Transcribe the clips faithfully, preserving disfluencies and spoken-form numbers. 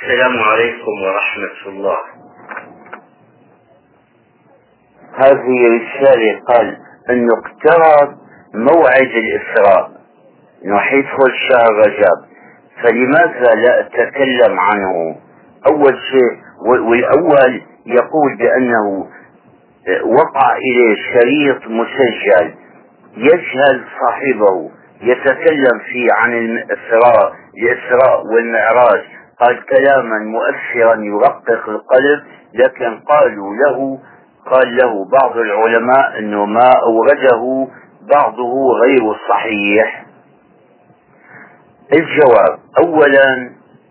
السلام عليكم ورحمة الله. هذه رسالة قال انه اقترب موعد الإسراء، انه حيدخل شهر رجب، فلماذا لا أتكلم عنه؟ أول شيء، والأول يقول بأنه وقع إليه شريط مسجل يجهل صاحبه يتكلم فيه عن الإسراء الإسراء والمعراج، قال كلاما مؤثرا يرقق القلب، لكن قالوا له قال له بعض العلماء انه ما اورده بعضه غير صحيح. الجواب: اولا،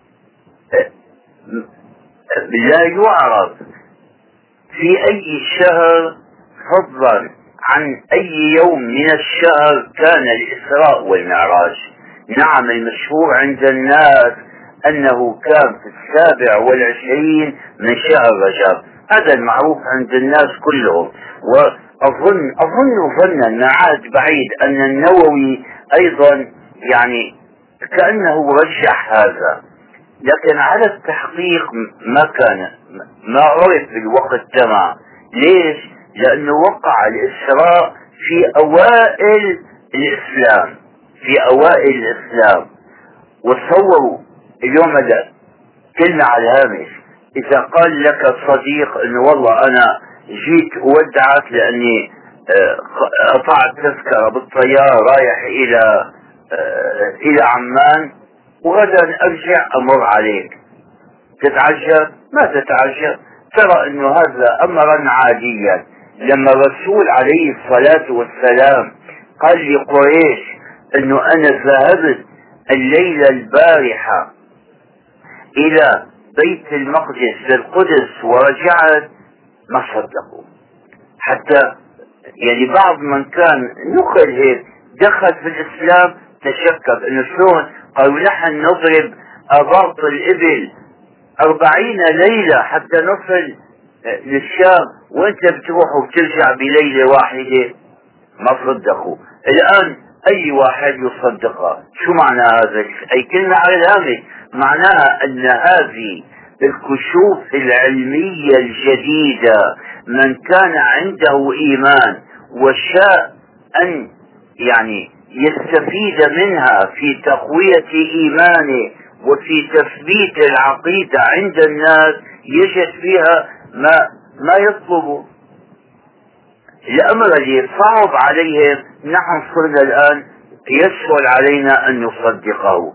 لا يعرف في اي شهر فضلا عن اي يوم من الشهر كان الاسراء والمعراج. نعم، المشهور عند الناس انه كان في السابع والعشرين من شهر رجب، هذا المعروف عند الناس كلهم. واظن اظن ظنا ما عاد بعيد ان النووي ايضا يعني كأنه رجح هذا، لكن على التحقيق ما كان ما عرف بالوقت تمام. ليش؟ لأنه وقع الإسراء في أوائل الإسلام في أوائل الإسلام وتصوروا اليوم هذا كلنا على الهامش، إذا قال لك صديق إنه والله أنا جيت أودعك لأني قطعت تذكرة بالطيارة رايح إلى إلى عمان وغدا أرجع أمر عليك، تتعجب؟ ما تتعجب، ترى أنه هذا أمرا عاديا. لما الرسول عليه الصلاة والسلام قال لقريش أنه أنا ذهبت الليلة البارحة إلى بيت المقدس للقدس ورجعت، ما صدقوا. حتى يعني بعض من كان نقل هيك دخل في الإسلام تشكك انه شلون، قالوا نحن نضرب اباط الابل اربعين ليلة حتى نصل للشام وانت بتروح وبترجع بليلة واحدة. ما صدقوا. الان اي واحد يصدقها. شو معنى هذا؟ اي كلمة على الهامش، معناها ان هذه الكشوف العلمية الجديدة من كان عنده ايمان وشاء ان يعني يستفيد منها في تقوية إيمانه وفي تثبيت العقيدة عند الناس يجد فيها ما ما يطلبه. الأمر الذي صعب عليهم نحن صرنا الآن يسهل علينا أن نصدقه.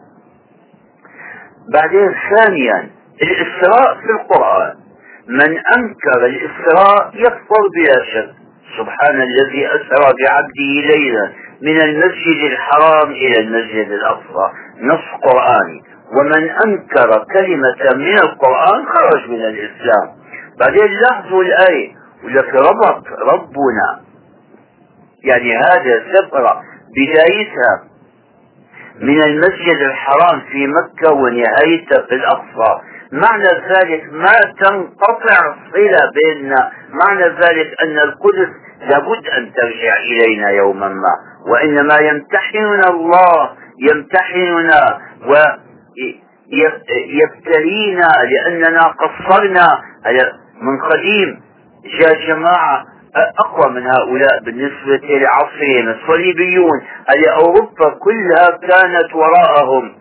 بعدين ثانيا، الإسراء في القرآن، من أنكر الإسراء يكفر بلا شك. سبحان الذي أسرى بعبده ليلا من المسجد الحرام إلى المسجد الأقصى، نص قرآني. ومن أنكر كلمة من القرآن خرج من الإسلام. بعدين لاحظوا الآية ولك ربط ربنا، يعني هذا سفرة بدايتها من المسجد الحرام في مكة ونهايتها في الأقصى، معنى ذلك ما تنقطع الصلة بيننا، معنى ذلك أن القدس لابد أن ترجع إلينا يوما ما، وإنما يمتحننا الله، يمتحننا ويبتلينا لأننا قصرنا من قديم. جاء جماعة أقوى من هؤلاء بالنسبة لعصرهم، الصليبيون، اللي أوروبا كلها كانت وراءهم.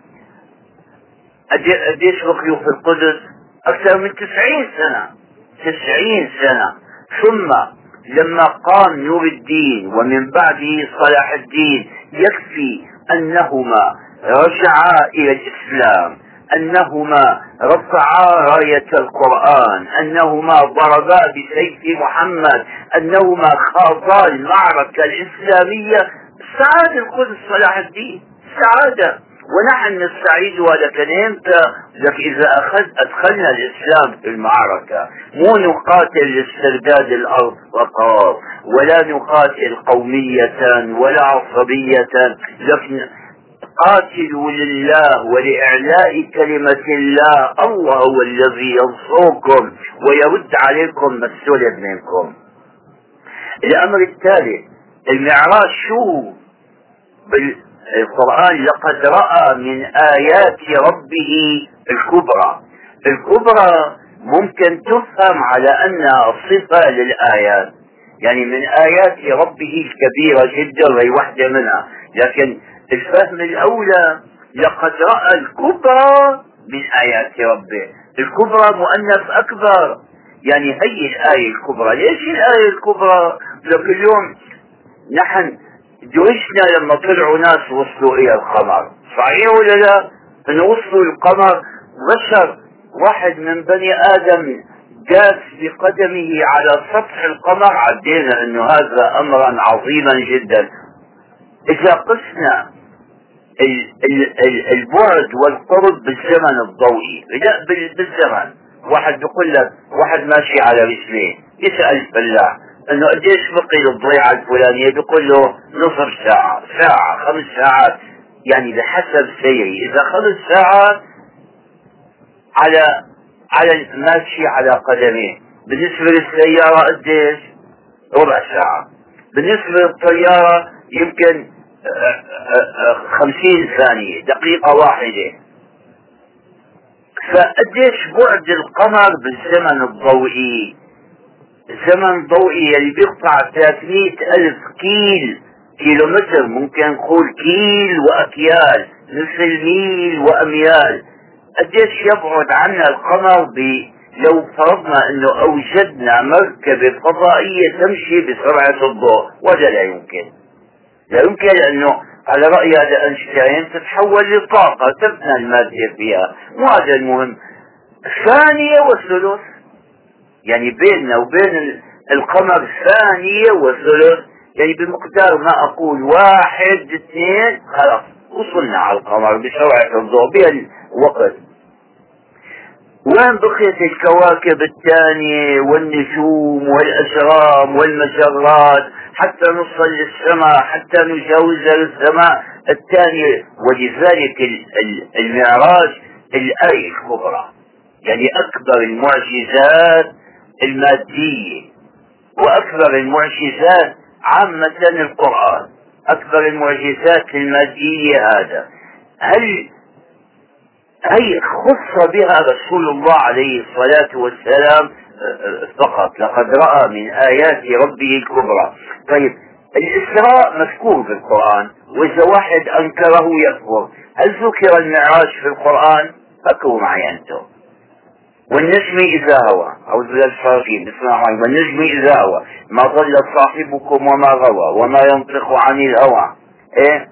قديش بقيوا في القدس؟ أكثر من تسعين سنة تسعين سنة. ثم لما قام نور الدين ومن بعده صلاح الدين، يكفي أنهما رجعا إلى الإسلام، أنهما رفعا راية القرآن، أنهما ضربا بسيف محمد، أنهما خاضا المعركة الإسلامية. سعادة القدس صلاح الدين، سعادة، ونحن نستعيد. ولكن امتى؟ لك اذا اخذ ادخلنا الاسلام في المعركة، مو نقاتل لاسترداد الارض فقط، ولا نقاتل قومية ولا عصبية، لكن قاتلوا لله ولإعلاء كلمة الله. الله هو الذي ينصركم ويرد عليكم ما استلب منكم. الامر الثالث، المعراج شو بالقرآن؟ لقد رأى من آيات ربه الكبرى. الكبرى ممكن تفهم على أنها صفة للآيات، يعني من آيات ربه الكبيرة جدا وهي واحدة منها، لكن الفهم الأولى لقد رأى الكبرى من آيات ربه. الكبرى مؤنث أكبر، يعني هي الآية الكبرى. ليش الآية الكبرى؟ لك اليوم نحن جوشنا لما طلعوا ناس وصلوا إلى القمر، صحيح ولا لا؟ إنه وصلوا القمر بشر، واحد من بني آدم جاس بقدمه على سطح القمر، عدينا إنه هذا أمرا عظيما جدا. إذا قسنا البعد والقرب بالزمن الضوئي، لا بالزمن، واحد بيقول لك واحد ماشي على رجلين، يسأل الفلاح انه قديش بقي للضيعة الفلانية، بيقول له نصف ساعة، ساعة، خمس ساعات، يعني بحسب سيري. اذا خمس ساعات على على ماشي على قدميه، بالنسبة للسيارة قديش؟ ربع ساعة. بالنسبة للطيارة يمكن خمسين ثانية، دقيقة واحدة. فقديش بعد القمر بالزمن الضوئي؟ الزمن الضوئي اللي بيقطع ثلاثمئة ألف كيل كيلومتر، ممكن نقول كيل وأكيال، مثل ميل وأميال. قديش يبعد عنا القمر ب لو فرضنا انه اوجدنا مركبة فضائية تمشي بسرعة الضوء؟ ولا لا يمكن، لا يمكن، لانه على رأي هذا أينشتاين تتحول لطاقة تبنى المادة فيها. وهذا المهم. ثانية وثلث، يعني بيننا وبين القمر ثانية وثلث، يعني بمقدار ما أقول واحد اثنين خلاص وصلنا على القمر بسرعة الضوء بهالوقت. وين بقيت الكواكب الثانية والنجوم والأجرام والمجرات حتى نوصل للسماء، حتى نجاوز السماء الثانية؟ ولذلك المعراج الآية الكبرى، يعني أكبر المعجزات المادية وأكبر المعجزات عامة القرآن، أكبر المعجزات المادية. هذا هل هي خص بها رسول الله عليه الصلاة والسلام فقط، لقد رأى من آيات ربه الكبرى. طيب الإسراء مذكور في القرآن، وإذا واحد أنكره يكفر. هل ذكر المعراج في القرآن؟ فكروا معي أنتم. والنجم إذا هوى، أعوذ بالله الشيطان الرجيم، والنجم إذا هوى ما ضل صاحبكم وما غوى وما ينطق عن الهوى، إيه؟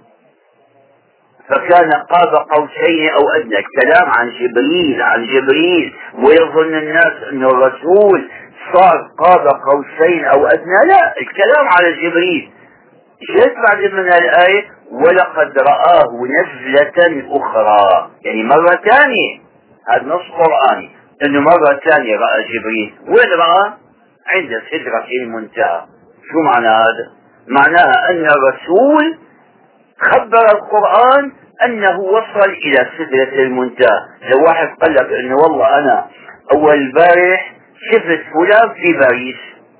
فكان قاب قوسين أو أدنى. الكلام عن جبريل، عن جبريل، ويظن الناس أنه الرسول صار قاب قوسين أو أدنى. لا، الكلام على جبريل. جاءت بعد من الآية ولقد رآه نزلة أخرى، يعني مرة ثانية. هذا نص قرآني أنه مرة ثانية رأى جبريل. وين رأى؟ عند سدرة المنتهى. شو معنى هذا؟ معناها أن الرسول خبر القرآن أنه وصل إلى سدرة المنتهى. لو واحد قال لك أنه والله أنا أول البارح شفت فلان في باريس،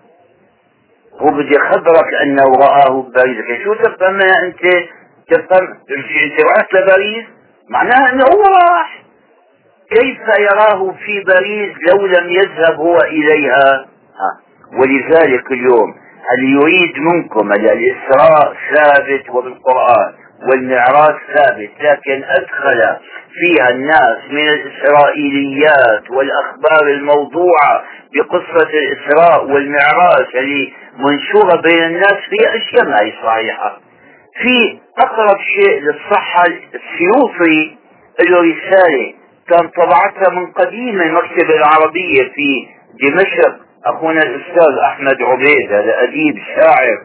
هو بدي يخبرك أنه رآه بباريس، شو تفهم أنت؟ تفهم أنت رحت لباريس معناها أنه هو راح. كيف يراه في باريس لو لم يذهب هو إليها؟ ها. ولذلك اليوم هل يريد منكم الإسراء ثابت وبالقرآن، والمعراج ثابت، لكن أدخل فيها الناس من الإسرائيليات والأخبار الموضوعة بقصة الإسراء والمعراج اللي منشورة بين الناس في أشياء ما هي صحيحة. في أقرب شيء للصحة السيوطي له رسالة كان طبعتها من قديم المكتبة العربية في دمشق، أخونا الأستاذ أحمد عبيد، هذا أديب شاعر،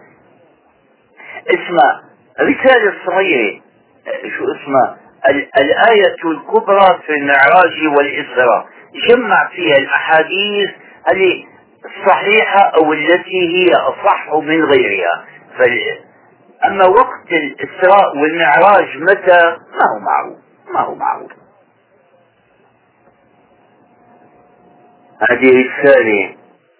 اسمه رسالة صغيرة، شو اسمه؟ الآية الكبرى في المعراج والإسراء، جمع فيها الأحاديث اللي الصحيحة أو التي هي أصح من غيرها. أما وقت الإسراء والمعراج متى؟ ما هو معروف، ما هو معروف. هذه رسالة.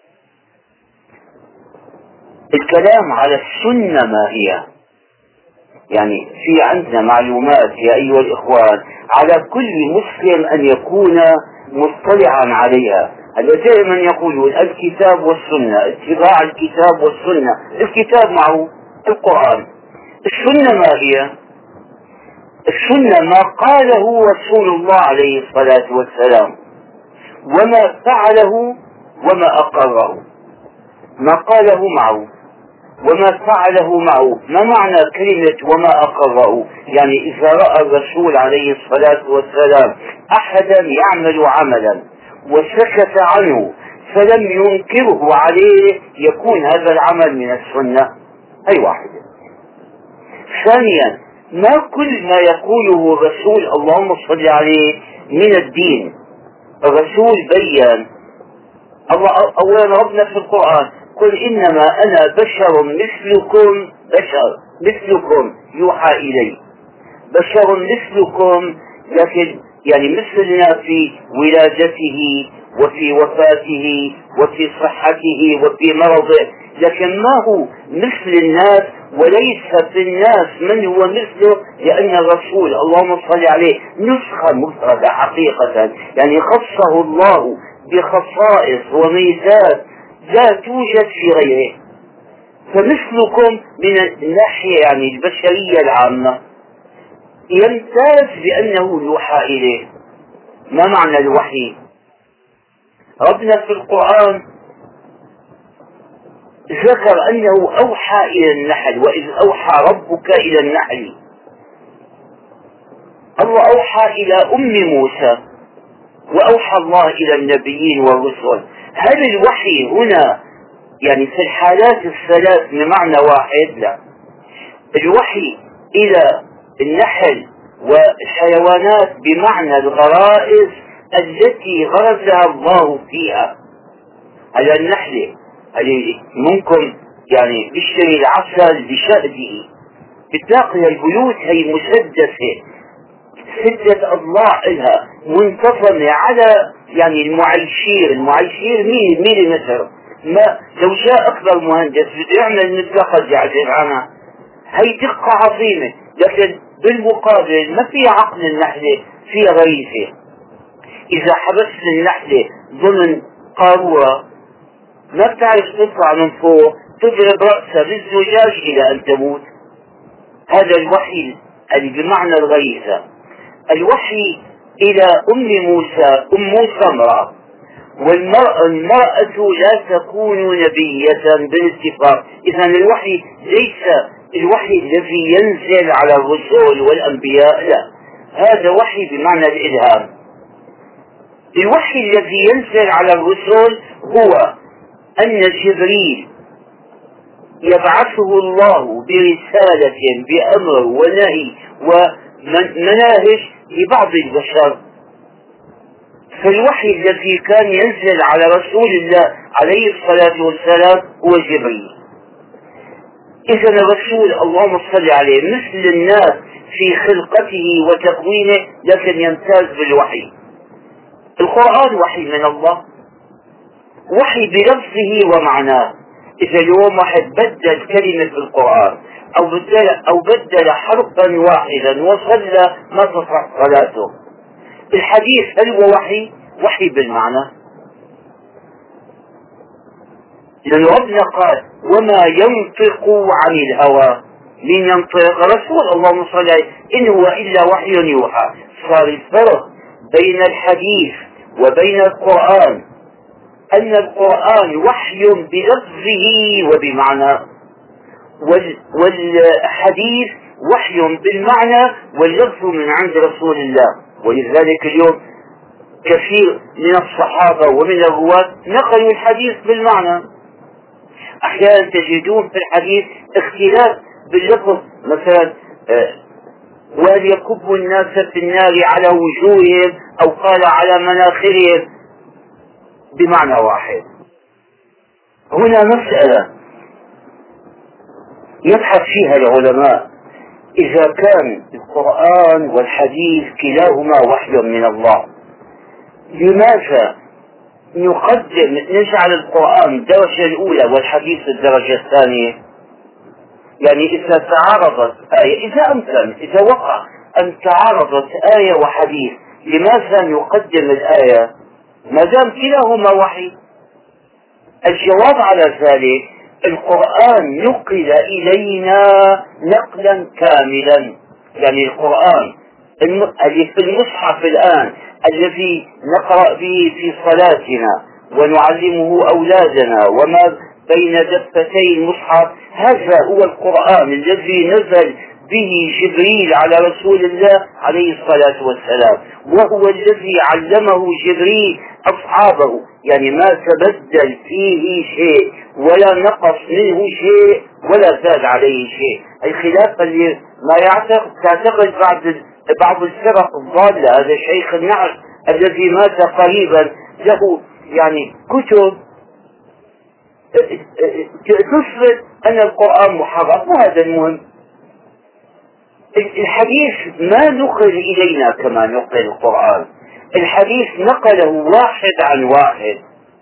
الكلام على السنة ما هي، يعني في عندنا معلومات يا أيها الإخوان على كل مسلم أن يكون مطلعا عليها. هذا دائما يقولون الكتاب والسنة، اتباع الكتاب والسنة. الكتاب معه القرآن، السنة ما هي؟ السنة ما قاله رسول الله عليه الصلاة والسلام وما فعله وما أقره. ما قاله معه وما فعله معه. ما معنى كلمة وما أقره؟ يعني إذا رأى الرسول عليه الصلاة والسلام أحدا يعمل عملا وسكت عنه فلم ينكره عليه، يكون هذا العمل من السنة. أي واحدة. ثانيا، ما كل ما يقوله الرسول اللهم صل عليه من الدين. الرسول بيّن. الله أولا ربنا في القرآن قل إنما أنا بشر مثلكم، بشر مثلكم يوحى إلي. بشر مثلكم، لكن يعني مثلنا في ولادته وفي وفاته وفي صحته وفي مرضه، لكن ما هو مثل الناس وليس في الناس من هو مثله، لأن الرسول اللهم صل عليه نسخة مفردة حقيقة، يعني خصه الله بخصائص وميزات لا توجد في غيره. فمثلكم من الناحية يعني البشرية العامة يمتاز بأنه يوحى إليه. ما معنى الوحي؟ ربنا في القرآن ذكر أنه أوحى إلى النحل، وإذ أوحى ربك إلى النحل. الله أوحى إلى أم موسى وأوحى الله إلى النبيين والرسل. هل الوحي هنا يعني في الحالات الثلاث بمعنى واحد؟ لا. الوحي إلى النحل والحيوانات بمعنى الغرائز التي غرزها الله فيها. على النحل اللي ممكن يعني بيشتري العسل بشأده، بتلاقي البيوت هي مسدسة ستة أضلاع إلها منتظمة على يعني المعيشير. المعيشير ميل ميليمتر. ما لو جاء أكبر مهندس بده يعمل نتلقى يعزف عنها، هي دقة عظيمة، لكن بالمقابل ما في عقل النحلة، فيها غريزة. إذا حبست النحلة ضمن قارورة ما بتعرف تطلع من فوق، تضرب رأسها بالزجاج إلى أن تموت. هذا الوحي اللي بمعنى الغريزة. الوحي إلى أم موسى، أم موسى امرأة، والمرأة المرأة لا تكون نبية بالاتفاق. إذا الوحي ليس الوحي الذي ينزل على الرسل والأنبياء، لا، هذا وحي بمعنى الإلهام. الوحي الذي ينزل على الرسل هو أن جبريل يبعثه الله برسالة بأمر ونهي ومناهج لبعض البشر. فالوحي الذي كان ينزل على رسول الله عليه الصلاة والسلام هو جبريل. إذا الرسول اللهم صل عليه مثل الناس في خلقته وتكوينه، لكن يمتاز بالوحي. القرآن وحي من الله، وحي بلفظه ومعناه. إذا اليوم واحد بدل كلمة في القرآن أو بدل أو بدل حرفا واحدا وصلى ما تصح صلاته. الحديث هل هو وحي؟ وحي بالمعنى، لأن ربنا قال وما ينطق عن الهوى. من ينطق؟ رسول اللهم صل عليه، إن هو إلا وحي يوحى. صار الفرق بين الحديث وبين القرآن أن القرآن وحي بلفظه وبمعنى، والحديث وحي بالمعنى واللفظ من عند رسول الله. ولذلك اليوم كثير من الصحابة ومن الرواة نقلوا الحديث بالمعنى. أحيانا تجدون في الحديث اختلاف باللفظ، مثلا وهل يكب الناس في النار على وجوههم أو قال على مناخرهم، بمعنى واحد. هنا مسألة يبحث فيها العلماء، إذا كان القرآن والحديث كلاهما وحي من الله، لماذا نقدم نجعل القرآن الدرجة الأولى والحديث الدرجة الثانية؟ يعني إذا تعارضت آية، إذا أمكن، إذا وقع أن تعارضت آية وحديث، لماذا نقدم الآية ما دام كلاهما وحي؟ الجواب على ذلك القرآن نقل إلينا نقلا كاملا. يعني القرآن الذي في المصحف الآن الذي نقرأ به في صلاتنا ونعلمه أولادنا وما بين دفتي المصحف، هذا هو القرآن الذي نزل به جبريل على رسول الله عليه الصلاة والسلام، وهو الذي علمه جبريل أصحابه. يعني ما تبدل فيه شيء ولا نقص منه شيء ولا زاد عليه شيء. الخلاف اللي ما يعتقد تعتقد بعض بعض الفرق الضالة، هذا شيخ النعش الذي مات قريبا له يعني كتب تثبت أن القرآن محرف، وهذا المهم. الحديث ما نقل إلينا كما نقل القرآن، الحديث نقله واحد عن واحد.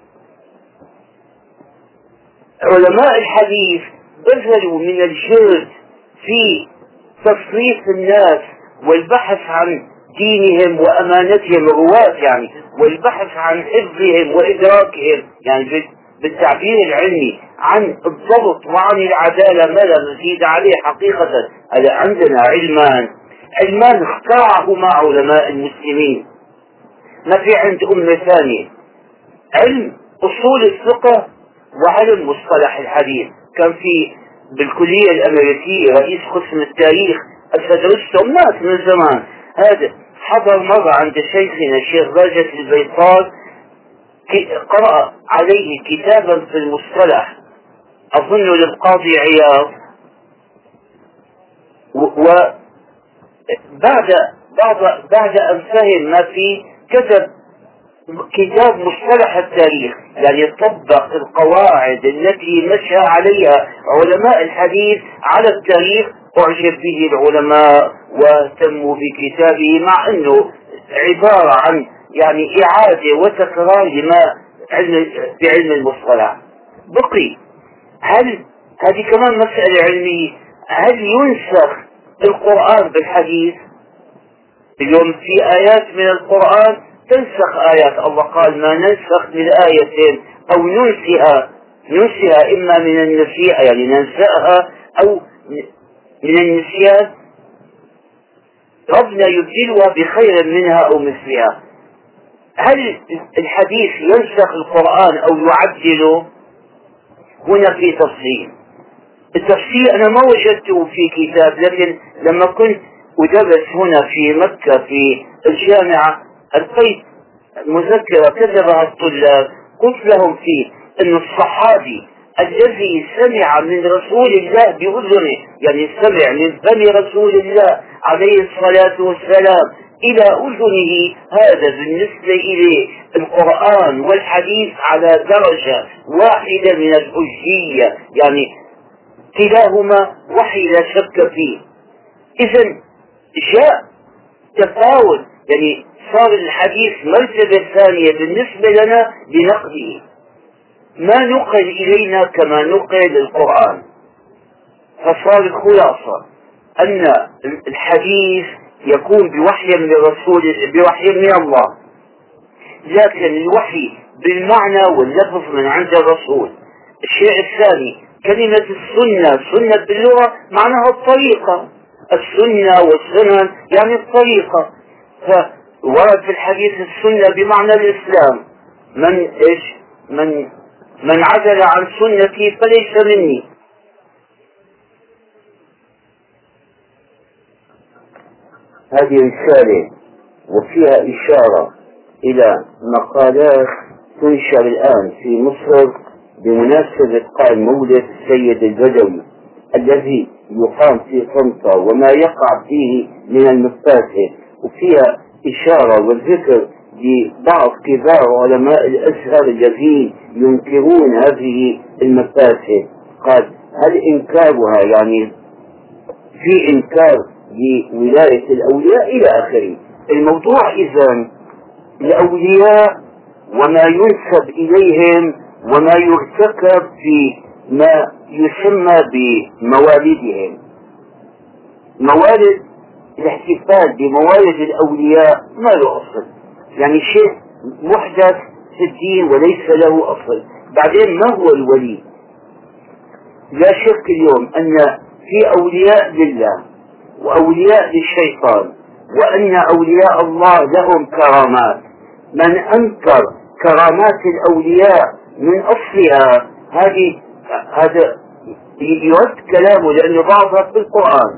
علماء الحديث بذلوا من الجهد في تصنيف الناس والبحث عن دينهم وأمانتهم الرواة، يعني والبحث عن حفظهم وإدراكهم، يعني بالتعبير العلمي عن الضبط وعن العدالة ما لا نزيد عليه. حقيقة هذا عندنا علمان علمان اخترعهما علماء المسلمين، ما في عند أمة ثانية. علم أصول الفقه وعلم مصطلح الحديث. كان في بالكلية الأمريكية رئيس قسم التاريخ أسدرستهم ناس من زمان، هذا حضر مرة عند شيخنا الشيخ باجة البيطار، قرأ عليه كتابا في المصطلح أظن للقاضي عياض، وبعد بعد بعد أن فهم ما فيه كتب كتاب مصطلح التاريخ، يعني طبق القواعد التي مشى عليها علماء الحديث على التاريخ. أعجب به العلماء واهتموا بكتابه، مع أنه عبارة عن يعني إعادة وتكرار لما بعلم المصطلح. بقي هل هذه كمان مسألة علمية، هل ينسخ القرآن بالحديث؟ اليوم في آيات من القرآن تنسخ آيات، الله قال ما ننسخ من آية أو ننسها ننسها إما من النسيئة يعني ننسأها أو من النسيان ربنا يبدلها بخير منها أو مثلها. هل الحديث ينسخ القرآن أو يعدله؟ هنا في تفصيل. التفصيل أنا ما وجدته في كتاب، لكن لما كنت أدرس هنا في مكة في الجامعة ألقيت مذكرة كتبها الطلاب، قلت لهم فيه أن الصحابي الذي سمع من رسول الله بأذنه، يعني سمع من فم رسول الله عليه الصلاة والسلام إلى أذنه، هذا بالنسبة إليه القرآن والحديث على درجة واحدة من الحجية، يعني كلاهما وحي لا شك فيه. إذا جاء تفاوت، يعني صار الحديث مرتبة ثانية بالنسبة لنا لنقله، ما نقل إلينا كما نقل القرآن. فصار الخلاصة أن الحديث يكون بوحي من الرسول بوحي من الله، لكن الوحي بالمعنى واللفظ من عند الرسول. الشيء الثاني كلمة السنة، سنة باللغة معناها الطريقة، السنة والسنن يعني الطريقة. فورد في الحديث السنة بمعنى الإسلام، من إيش من من عدل عن سنتي فليس مني. هذه رسالة وفيها إشارة إلى مقالات تنشر الآن في مصر بمناسبة قائم مولد السيد البدوي الذي يقام في طنطا وما يقع فيه من المفاسد، وفيها إشارة والذكر لبعض كبار علماء الأزهر الذين ينكرون هذه المفاسد. قال هل إنكارها يعني في إنكار لولاية الأولياء إلى آخره. الموضوع إذن الأولياء وما ينسب إليهم وما يرتكب في ما يسمى بموالدهم. موالد الاحتفال بموالد الأولياء ما له أصل، يعني شيء محدث في الدين وليس له أصل. بعدين ما هو الولي؟ لا شك اليوم أن في أولياء لله وأولياء للشيطان، وأن أولياء الله لهم كرامات. من أنكر كرامات الأولياء من أصلها هذه هذا يرد كلامه، لأن بعضها في القرآن.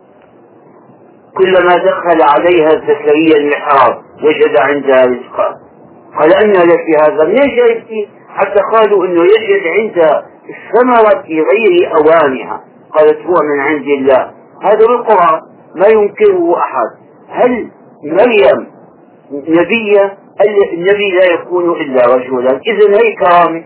كلما دخل عليها زكريا المحراب وجد عندها رزقا قال أن لك هذا، من جاء؟ حتى قالوا أنه يجد عندها الثمرة في غير أوانها، قالت هو من عند الله. هذا بالقرآن ما ينكره أحد. هل مريم نبية؟ النبي لا يكون إلا رجلا، إذن هي كرامة،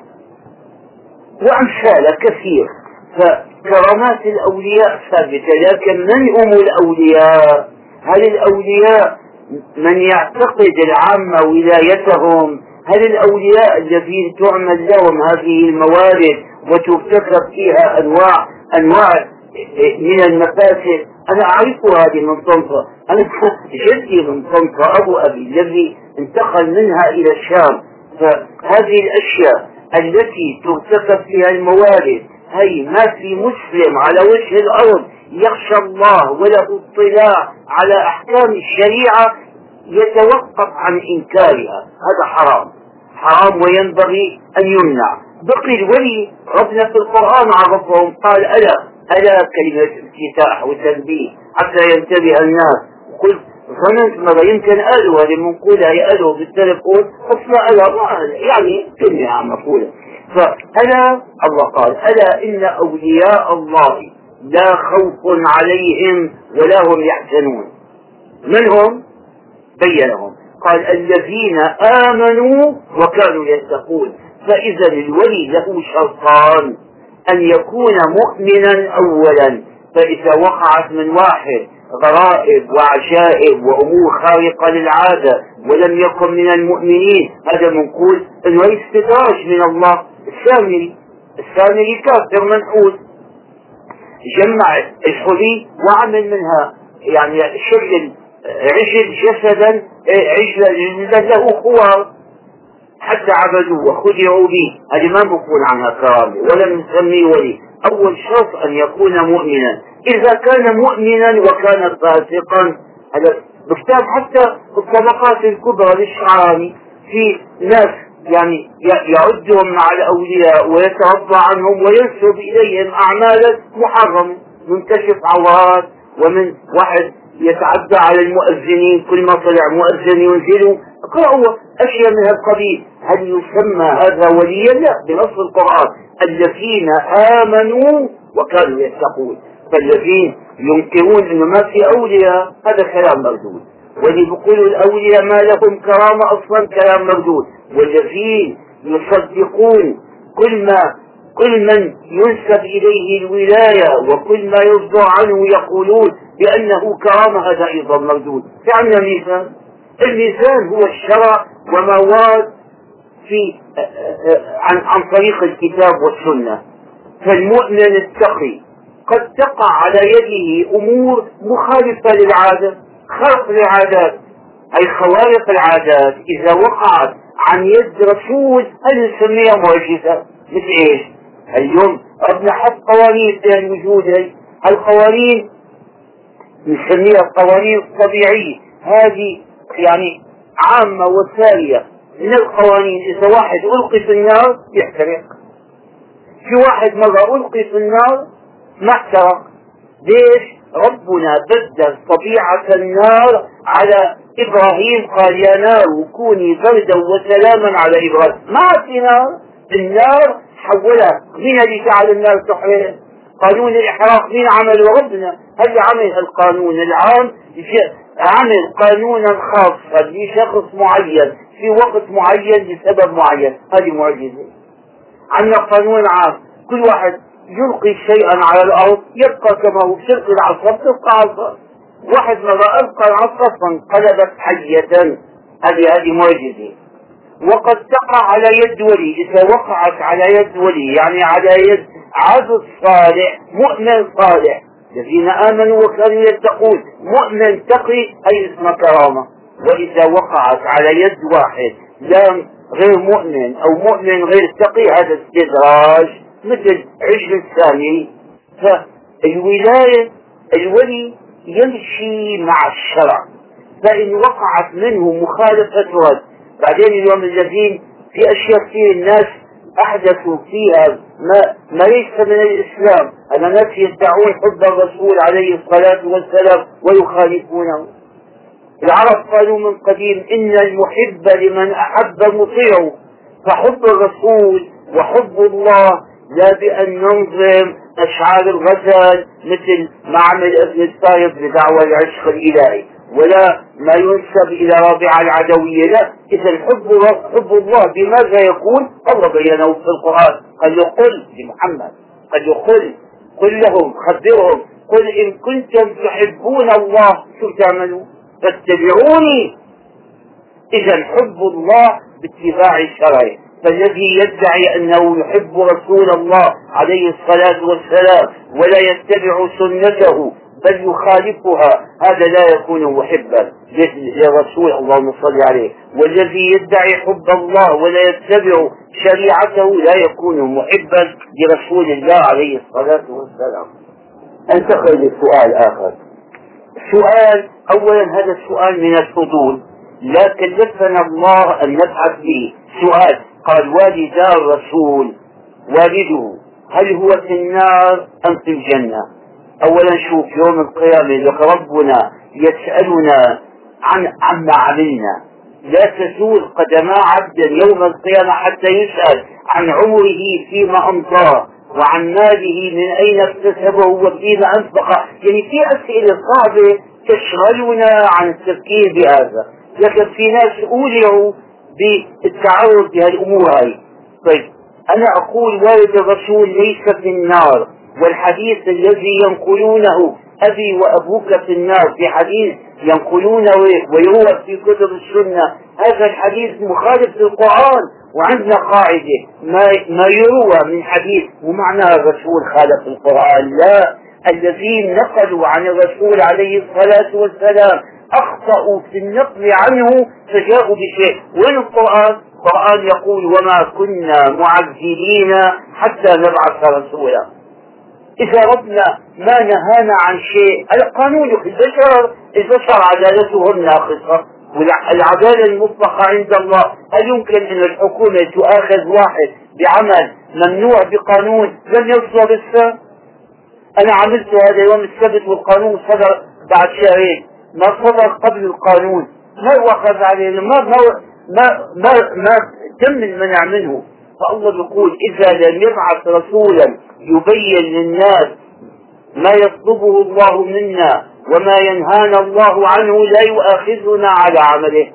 وأمثال كثير. فكرامات الأولياء ثابتة، لكن من هم الأولياء؟ هل الأولياء من يعتقد العامة ولايتهم؟ هل الأولياء الذين تعمل لهم هذه الموارد وترتكب فيها أنواع أنواع من المفاسد؟ أنا أعرف هذه من طنطا، أنا جدي من طنطا، أبو أبي الذي انتقل منها إلى الشام. فهذه الأشياء التي ترتكب فيها الموارد هي ما في مسلم على وجه الأرض يخشى الله وله اطلاع على أحكام الشريعة يتوقف عن إنكارها. هذا حرام حرام وينبغي أن يمنع. بقي الولي ربنا في القرآن عرفهم، قال ألا ألا كلمة افتتاح وتنبيه حتى ينتبه الناس. قلت ظننت مرة يمكن قالوا هذه منقولة قالوا بالتلفون أصلا ألا يعني كلمة مقولة. فألا الله قال ألا إن أولياء الله لا خوف عليهم ولا هم يحزنون. من هم؟ بينهم قال الذين آمنوا وكانوا يتقون. فإذا الولي له شرطان: أن يكون مؤمنا أولا، فإذا وقعت من واحد غرائب وعجائب وأمور خارقة للعادة ولم يكن من المؤمنين، هذا منقول أنه استدراج من الله. السامري السامري كافر منحوس، جمع الحلي وعمل منها يعني شكل عجل جسدا عجلا له خوار حتى عبدوه وخدعوا به. هذه ما بقول عنها كرامة ولم نسميه ولي. أول شرط أن يكون مؤمنا. إذا كان مؤمنا وكان فاسقا، هذا بكتاب حتى الطبقات الكبرى للشعراني، في ناس يعني يعدهم مع الأولياء ويترضى عنهم وينسب إليهم أعمالا محرمة، منكشف عورات، ومن واحد يتعدى على المؤذنين، كل ما طلع مؤذن ينزلوا اقرأوا أشياء من هالقبيل. هل يسمى هذا وليا؟ لا، بنص القرآن الذين آمنوا وكانوا يتقون. فالذين ينكرون انه ما في أولياء هذا كلام مردود، واللي بيقولوا الأولياء ما لهم كرامة أصلا كلام مردود. والذين يصدقون كل ما كل من ينسب إليه الولاية وكل ما يصدر عنه يقولون بأنه كرامة، هذا أيضا مردود. فعندنا ميزان، الميزان هو الشرع وما ورد في عن عن طريق الكتاب والسنة. فالمؤمن التقي قد تقع على يده أمور مخالفة للعادة، خرق العادات، أي خوارق العادات إذا وقعت عن يد رسول هل نسميها معجزة؟ مثل إيش؟ اليوم ربنا حط قوانين في الوجود، هي القوانين نسميها القوانين الطبيعية، هذه يعني عامة وسارية من القوانين. إذا واحد ألقي في النار يحترق، في واحد مرة ألقي في النار ما احترق. ليش؟ ربنا بدل طبيعة النار على إبراهيم، قال يا نار كوني بردا وسلاما على إبراهيم. ما في نار، النار حولها. مين اللي جعل النار تحرق؟ قانون الإحراق مين عمله؟ ربنا. هل عمل القانون العام؟ عمل قانونا خاصا لشخص معين في وقت معين لسبب معين، هذه معجزة. عندنا قانون عام، كل واحد يلقي شيئا على الأرض يبقى كما هو، شرق العصا تبقى عصا. واحد مرة ألقى العصا فانقلبت حية، هذه هذه معجزة. وقد تقع على يد ولي، إذا وقعت على يد ولي يعني على يد عبد صالح مؤمن صالح، الذين آمنوا وكانوا يتقون. مؤمن تقي أي اسم كرامة. وإذا وقعت على يد واحد لا غير مؤمن أو مؤمن غير تقي هذا استدراج مثل عجل الثاني. فالولاية الولي يمشي مع الشرع، فإن وقعت منه مخالفة رد. بعدين اليوم الذين في أشياء كثير الناس أحدثوا فيها ما, ما ليس من الإسلام. أنا ناس يدعون حب الرسول عليه الصلاة والسلام ويخالفونه. العرب قالوا من قديم إن المحب لمن أحب مطيع، فحب الرسول وحب الله لا بأن ننظم أشعار الغزل مثل ما عمل ابن الفايض بدعوى العشق الإلهي، ولا ما ينسب إلى رابعة العدوية. لا، إذا حب حب الله بماذا يكون؟ الله بينه في القرآن، قال له قل لمحمد، قال له قل قل لهم خبرهم قل إن كنتم تحبون الله شو تعملوا؟ فاتبعوني. إذا حب الله باتباع الشرع. فالذي يدعي أنه يحب رسول الله عليه الصلاة والسلام ولا يتبع سنته بل يخالفها هذا لا يكون محبا لرسول اللهم صل عليه. والذي يدعي حب الله ولا يتبع شريعته لا يكون محبا لرسول الله عليه الصلاة والسلام. انتقل لسؤال آخر. سؤال أولا هذا السؤال من الفضول لا كلفنا الله أن نبحث به. سؤال قال والدا الرسول والده هل هو في النار أم في الجنة؟ أولا شوف يوم القيامة لك ربنا يسألنا عن عما عملنا. لا تزول قدما عبد يوم القيامة حتى يسأل عن عمره فيما أمضاه وعن ماله من أين اكتسبه وفيما أنفقه. يعني في أسئلة صعبة تشغلنا عن التفكير بهذا، لكن في ناس أولعوا بالتعرض لهالأمور هاي. طيب أنا أقول والد الرسول ليس في النار، والحديث الذي ينقلونه أبي وأبوك في النار في حديث ينقلونه ويروى في كتب السنة، هذا الحديث مخالف للقرآن. وعندنا قاعدة ما, ما يروى من حديث ومعنى الرسول خالف القرآن. لا، الذين نقلوا عن الرسول عليه الصلاة والسلام أخطأوا في النقل عنه فجاءوا بشيء. وين القرآن؟ القرآن يقول وما كنا معذبين حتى نبعث رسولا. إذا ربنا ما نهانا عن شيء، القانون البشر البشر عدالتهم ناقصة، والعدالة المطلقة عند الله. هل يمكن أن الحكومة تؤاخذ واحد بعمل ممنوع بقانون لم يصدر لسه؟ أنا عملت هذا يوم السبت والقانون صدر بعد شهرين، ما صدر قبل القانون ما يؤخذ عليه، ما ما ما ما, ما تم المنع منه. فالله يقول إذا لم يبعث رسولا يبين للناس ما يطلبه الله منا وما ينهانا الله عنه لا يؤاخذنا على عمله.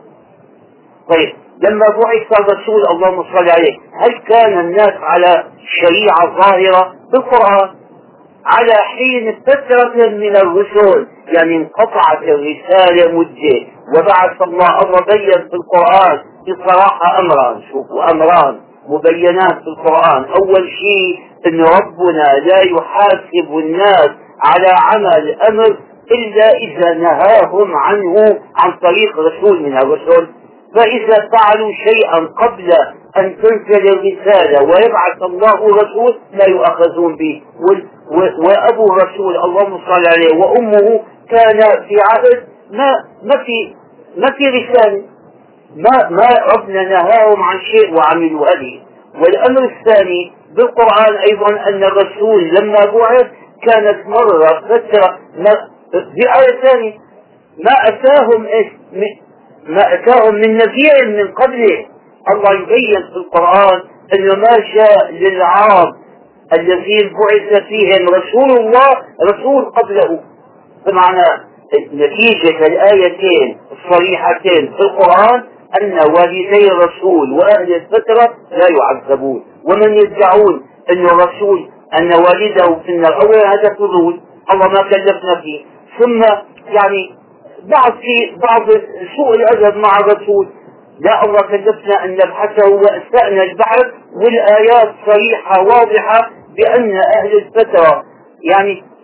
طيب لما بعث الرسول اللهم صل عليه هل كان الناس على شريعة ظاهرة بالقرآن؟ على حين فترة من الرسل، يعني انقطعت الرسالة مدة وبعث الله. الله بين في القرآن بصراحة أمران، شوفوا أمران مبينات في القرآن. أول شيء أن ربنا لا يحاسب الناس على عمل أمر إلا إذا نهاهم عنه عن طريق رسول من الرسل. فإذا فعلوا شيئا قبل أن تنزل الرسالة ويبعث الله رسول لا يؤخذون به. وأبو الرسول اللهم صل عليه وأمه كان في عهد ما ما في ما في رسالة، ما ما ربنا نهاهم عن شيء وعملوا هذه. والأمر الثاني بالقرآن أيضا أن الرسول لما بعث كانت مرة فترة بآية ثانية ما أتاهم إيش ما أتاهم من نذير من قبله. الله يبين في القرآن أنه ما جاء للعرب الذين بعث فيهم رسول الله رسول قبله. بمعنى نتيجة الآيتين الصريحتين في القرآن أن والدي الرسول وأهل الفترة لا يعذبون. ومن يدعون أن الرسول أن والده في النار أولا هذا فضول الله ما كلفنا فيه. ثم يعني بعض في بعض سوء الأدب مع الرسول لا، الله كلفنا أن نبحثه وأسأنا البحث والآيات صريحة واضحة بأن أهل الفترة يعني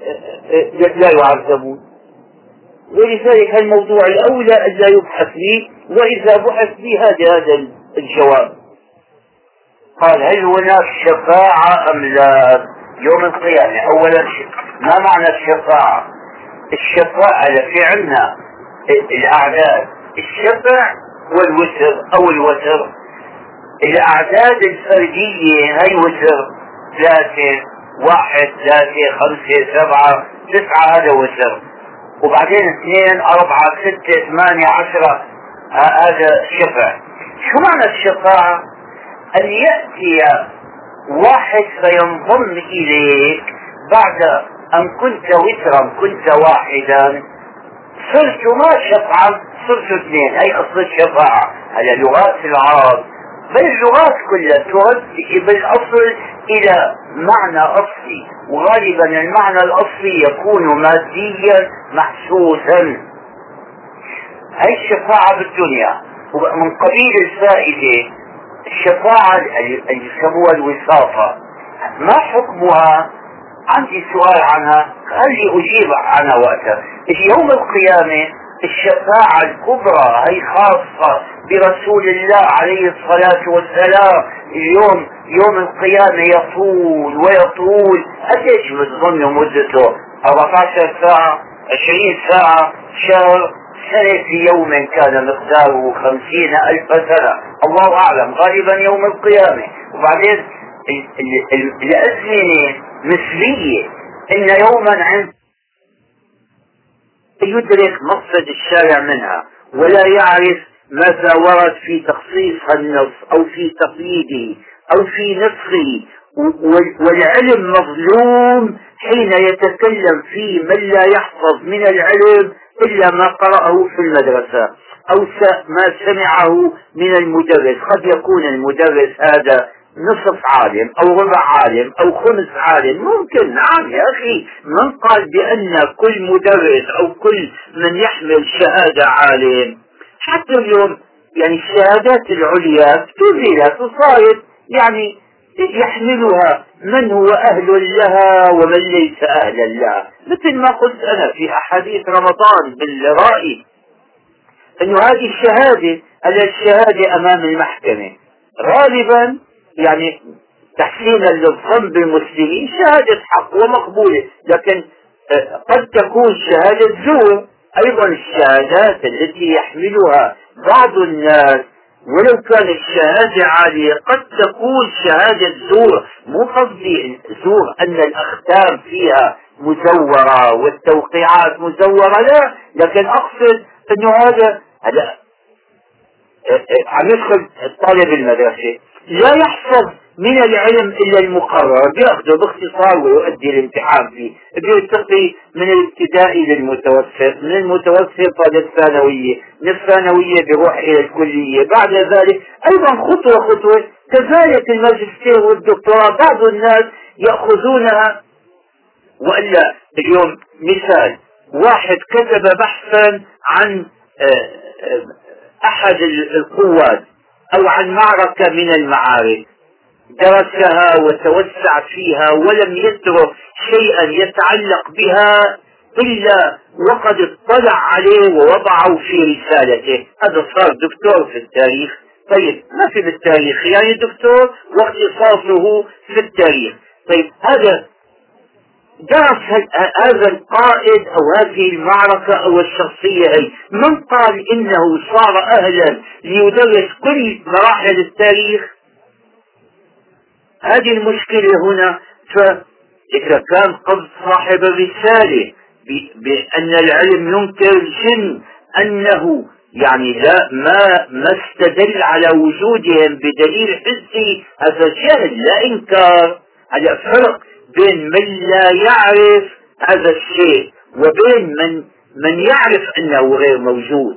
لا يعذبون. ولذلك الموضوع الأولى ألا يبحث به، وإذا بحث به هذا هذا الجواب. قال هل هناك شفاعة أم لا يوم القيامة؟ أولا ما معنى الشفاعة؟ الشفاعة في عنا الأعداد، الشفع والوتر أو الوتر. الأعداد الفردية هي وتر، ثلاثة، واحد، ثلاثة، خمسة، سبعة، تسعة، هذا وتر. وبعدين اثنين، أربعة، ستة، ثمانية، عشرة، هذا شفع. شو معنى الشفاعة؟ أن يأتي واحد فينضم إليك بعد أن كنت وترا، كنت واحدا، صرت ما شفعا، صرت اثنين. هي أصل الشفاعة على لغات العرب، بل اللغات كلها تؤدي بالأصل إلى معنى أصلي، وغالبا المعنى الأصلي يكون ماديا محسوسا. هي الشفاعة بالدنيا. ومن قبيل الفائدة الشفاعة اللي يسموها الوساطة، ما حكمها؟ عندي سؤال عنها، خلي أجيب عنها وقتها. يوم القيامة الشفاعة الكبرى هي خاصة برسول الله عليه الصلاة والسلام. اليوم يوم القيامة يطول ويطول. قديش بتظنوا مدته؟ أربعة عشر ساعة، عشرين ساعة، شهر، سنة؟ في يوم كان مقداره خمسين ألف سنة، الله أعلم، غالبا يوم القيامة. وبعدين الأزمنة مثلية، إن يوما عند يدرك مقصد الشارع منها ولا يعرف ماذا ورد في تخصيص النص أو في تقييده أو في نسخه، والعلم مظلوم حين يتكلم فيه من لا يحفظ من العلم إلا ما قرأه في المدرسة أو ما سمعه من المدرس. قد يكون المدرس هذا نصف عالم أو ربع عالم أو خمس عالم، ممكن. نعم يا أخي، من قال بأن كل مدرس أو كل من يحمل شهادة عالم؟ حتى اليوم يعني الشهادات العليا تزيلت وصارت يعني يحملها من هو أهل لها ومن ليس أهلا لها. مثل ما قلت أنا في أحاديث رمضان بالرأي، أنه هذه الشهادة على الشهادة أمام المحكمة غالبا يعني تحسينا للظن بالمسلمين شهادة حق ومقبولة، لكن قد تكون شهادة زور. أيضا الشهادات التي يحملها بعض الناس ولو كانت الشهادة عالية قد تكون شهادة زور. مو قصدي زور أن الأختام فيها مزورة والتوقيعات مزورة، لا، لكن أقصد أنه هذا هذا عم يدخل الطالب المدرسة لا يحفظ من العلم إلا المقرر، بيأخذه باختصار ويؤدي الامتحان فيه، بيرتقي من الابتدائي للمتوسط، من المتوسط للثانوية، من الثانوية بيروح إلى الكلية، بعد ذلك أيضا خطوة خطوة. كذلك الماجستير والدكتوراه بعض الناس يأخذونها. وإلا اليوم مثال، واحد كتب بحثا عن أحد القوات أو عن معركة من المعارك، درسها وتوسع فيها ولم يترك شيئا يتعلق بها إلا وقد اطلع عليه ووضعه في رسالته. هذا صار دكتور في التاريخ. طيب ما في بالتاريخ يعني دكتور واختصاصه في التاريخ. طيب هذا درس هذا القائد أو هذه المعركة أو الشخصية هي، من قال إنه صار أهلا ليدرس كل مراحل التاريخ؟ هذه المشكلة هنا. فإذا كان قصد صاحب الرسالة بأن العلم ينكر الجن أنه يعني لا ما ما استدل على وجودهم بدليل حسي، هذا جهل لا إنكار. هذا فرق بين من لا يعرف هذا الشيء وبين من من يعرف أنه غير موجود.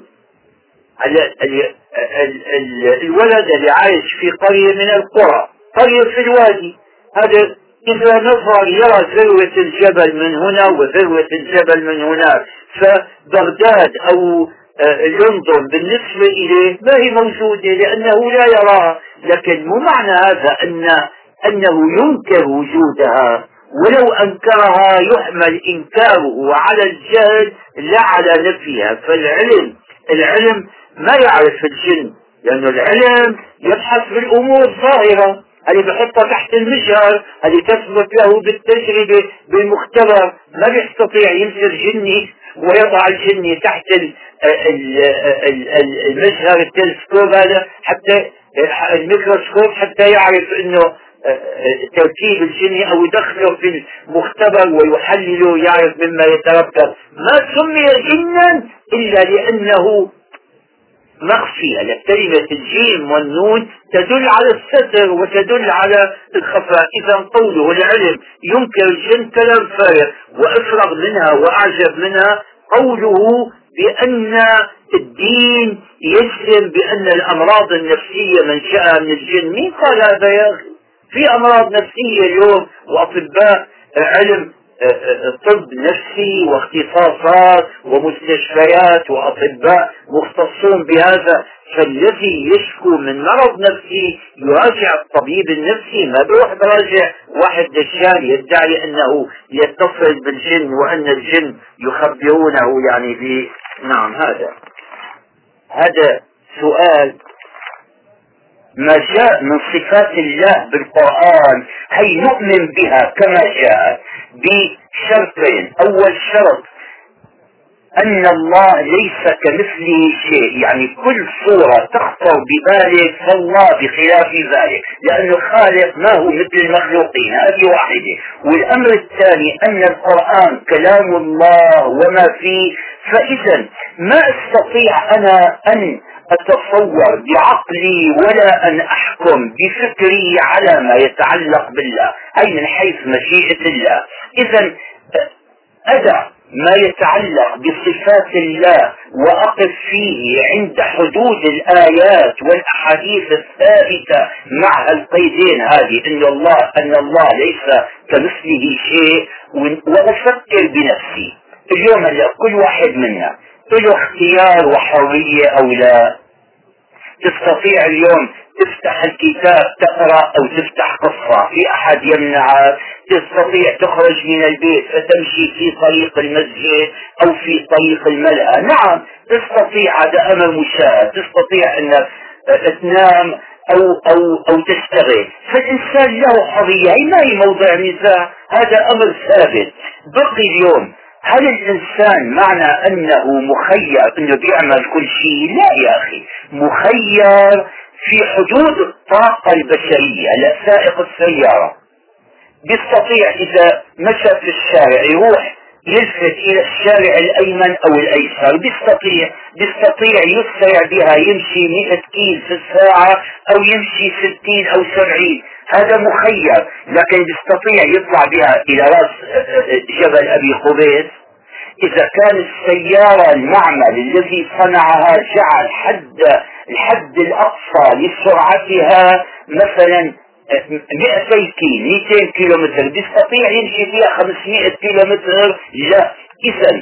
الولد اللي عايش في قرية من القرى، قرية في الوادي، هذا إذا نظر يرى ذروة الجبل من هنا وذروة الجبل من هناك، فبغداد أو لندن بالنسبة إليه ما هي موجودة لأنه لا يراها. لكن مو معنى هذا أن أنه ينكر وجودها ولو أنكرها يحمل إنكاره على الجهل لا على نفيها. فالعلم العلم ما يعرف الجن، لأنه العلم يبحث بالأمور الظاهرة اللي بحطها تحت المجهر، اللي تثبت له بالتجربة بالمختبر. ما بيستطيع يمسك جني ويضع الجني تحت المجهر التلسكوب هذا حتى الميكروسكوب حتى يعرف انه تركيب الجني او يدخله في المختبر ويحلله يعرف مما يتركب. ما سمي جنا الا لانه مخفي. كلمة الجيم والنون تدل على الستر وتدل على الخفاء. إذا قوله العلم ينكر الجن كلام فارغ. وأفرغ منها وأعجب منها قوله بأن الدين يجزم بأن الأمراض النفسية منشأها من الجن. مين قال هذا يا أخي؟ في أمراض نفسية اليوم وأطباء علم طب نفسي واختصاصات ومستشفيات وأطباء مختصون بهذا. فالذي يشكو من مرض نفسي يراجع الطبيب النفسي، ما بيروح براجع واحد دجال يدعي أنه يتصل بالجن وأن الجن يخبرونه يعني ب نعم. هذا هذا سؤال. ما جاء من صفات الله بالقرآن هي نؤمن بها كما جاءت بشرطين. أول شرط أن الله ليس كمثله شيء، يعني كل صورة تخطر ببالك فالله بخلاف ذلك، لأن الخالق ما هو مثل المخلوقين. هذه واحدة. والأمر الثاني أن القرآن كلام الله وما فيه. فإذا ما استطيع أنا أن أتصور بعقلي ولا أن أحكم بفكري على ما يتعلق بالله، أي من حيث مشيئة الله. إذا أدع ما يتعلق بصفات الله وأقف فيه عند حدود الآيات والأحاديث الثابتة مع القيدين هذه، أن الله أن الله ليس كمثله شيء. وأفكر بنفسي اليوم هلا كل واحد منا له اختيار وحرية أو لا. تستطيع اليوم تفتح الكتاب تقرأ أو تفتح قصة، في أحد يمنعك. تستطيع تخرج من البيت فتمشي في طريق المسجد أو في طريق الملأ. نعم تستطيع، هذا أمر مشاهد. تستطيع أنك تنام أو أو أو تشتغل. فالإنسان له حرية، هي ما هي موضع نزاع، هذا أمر ثابت. بقي اليوم هل الإنسان معنى أنه مخير أنه بيعمل كل شيء؟ لا يا أخي، مخير في حدود الطاقة البشرية. لا، سائق السيارة بيستطيع إذا مشى في الشارع يروح يلفت إلى الشارع الأيمن أو الأيسر، بيستطيع بيستطيع يسرع بها، يمشي مئة كيل في الساعة أو يمشي ستين أو سبعين. هذا مخير. لكن بيستطيع يطلع بها إلى رأس جبل أبي قبيس. إذا كان السيارة المعمل الذي صنعها جعل حد الحد الأقصى لسرعتها مثلا مئتين كيلو مئتين كيلو متر، بيستطيع يمشي فيها خمسمائة كيلو متر؟ لا. إذا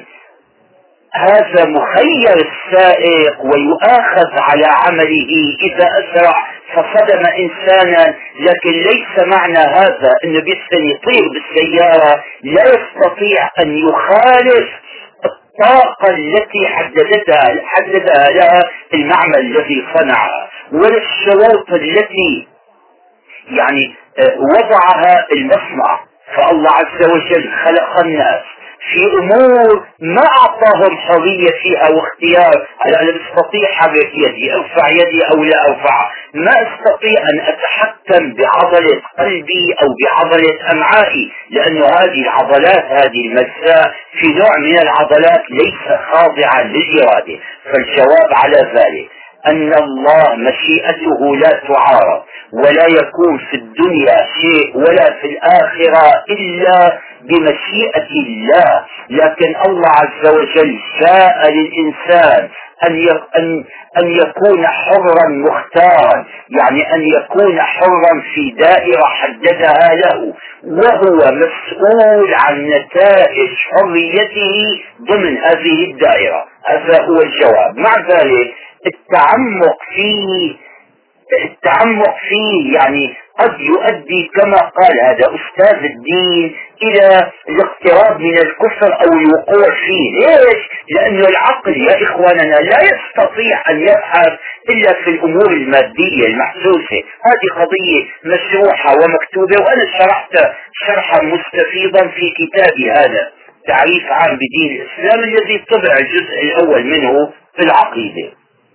هذا مخير السائق ويؤاخذ على عمله إذا أسرع فصدم إنسانا. لكن ليس معنى هذا أنه بيستني يطير بالسيارة، لا يستطيع أن يخالف الطاقة التي حددتها حددها لها المعمل الذي صنعها، ولا الشروط التي يعني وضعها المصنع. فالله عز وجل خلق الناس في أمور ما أعطاهم حرية فيها واختيار. أنا أستطيع حرك يدي، أرفع يدي أو لا أرفع. ما أستطيع أن أتحكم بعضلة قلبي أو بعضلة أمعائي، لأن هذه العضلات هذه المجزاء في نوع من العضلات ليس خاضعة للإرادة. فالجواب على ذلك أن الله مشيئته لا تعارض، ولا يكون في الدنيا شيء ولا في الآخرة إلا بمشيئة الله. لكن الله عز وجل شاء للإنسان أن أن يكون حرا مختارا، يعني أن يكون حرا في دائرة حددها له، وهو مسؤول عن نتائج حريته ضمن هذه الدائرة. هذا هو الجواب. مع ذلك التعمق فيه التعمق فيه يعني قد يؤدي كما قال هذا أستاذ الدين إلى الاقتراب من الكفر أو الوقوع فيه. ليش؟ لأن العقل يا إخواننا لا يستطيع أن يبحث إلا في الأمور المادية المحسوسة. هذه قضية مشروحة ومكتوبة، وأنا شرحت شرحا مستفيضا في كتابي هذا تعريف عام بدين الإسلام الذي طبع الجزء الأول منه في العقيدة.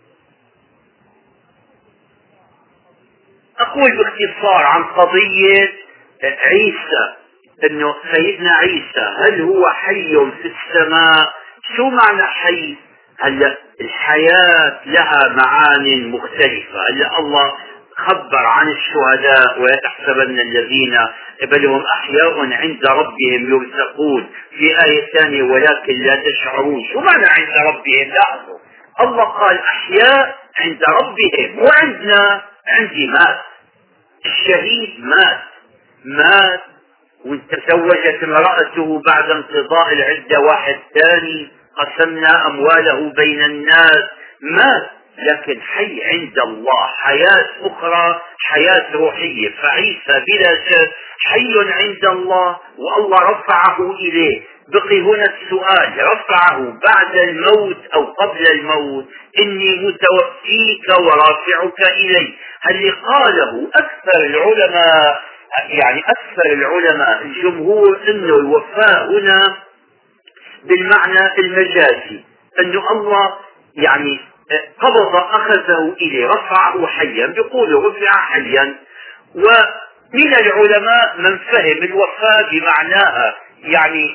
أقول باختصار عن قضية عيسى، أنه سيدنا عيسى هل هو حي في السماء؟ شو معنى حي؟ هلا الحياة لها معان مختلفة. هلا الله خبر عن الشهداء ولا تحسبن الذين بل هم أحياء عند ربهم يرزقون، في آية ثانية ولكن لا تشعرون. شو معنى عند ربهم؟ لاحظوا الله قال أحياء عند ربهم، مو عندنا. عندي مات، الشهيد مات مات وتزوجت امرأته بعد انقضاء العدة واحد ثاني، قسمنا أمواله بين الناس، مات. لكن حي عند الله حياة أخرى، حياة روحية. فعيسى بلا شك حي عند الله، والله رفعه إليه. بقي هنا السؤال، رفعه بعد الموت أو قبل الموت؟ إني متوفيك ورافعك إلي. هل قاله أكثر العلماء، يعني أكثر العلماء الجمهور إنه الوفاة هنا بالمعنى المجازي، إنه الله يعني قبض أخذه إليه، رفعه حيا، بيقولوا رفع حيا. ومن العلماء من فهم الوفاة بمعناها يعني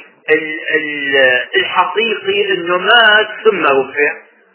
الحقيقي انه مات ثم رفع،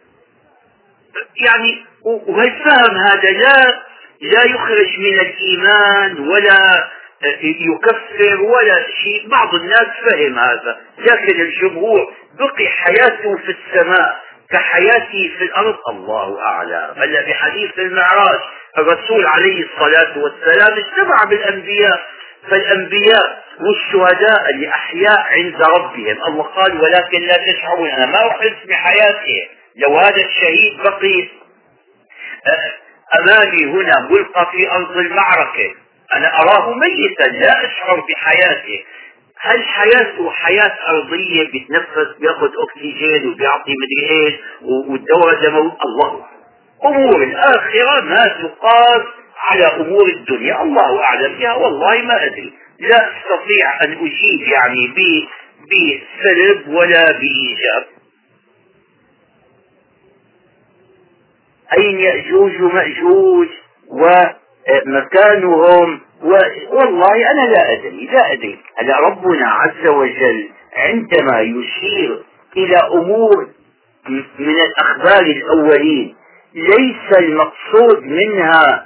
يعني وهالفهم هذا لا لا يخرج من الإيمان ولا يكفر ولا شيء. بعض الناس فهم هذا، لكن الجمهور بقي حياته في السماء كحياته في الأرض، الله أعلم. هلا بحديث المعراج الرسول عليه الصلاة والسلام اجتمع بالأنبياء، فالأنبياء والشهداء اللي أحياء عند ربهم، الله قال ولكن لا تشعرون. أنا ما أحس بحياته. لو هذا الشهيد بقي أمامي هنا ملقى في أرض المعركة، أنا أراه ميتا لا أشعر بحياته. هل حياته حياة أرضية بيتنفس بياخذ أكسجين وبيعطي مدري إيش والدورة دموية؟ الله. أمور الآخرة ما تقاس على أمور الدنيا، الله أعلم بها، والله ما أدري، لا أستطيع أن أجيب يعني بسلب ولا بإيجاب. أين يأجوج ومأجوج ومكانهم؟ والله أنا لا أدري لا أدري هلا ربنا عز وجل عندما يشير إلى أمور من الأخبار الأولين ليس المقصود منها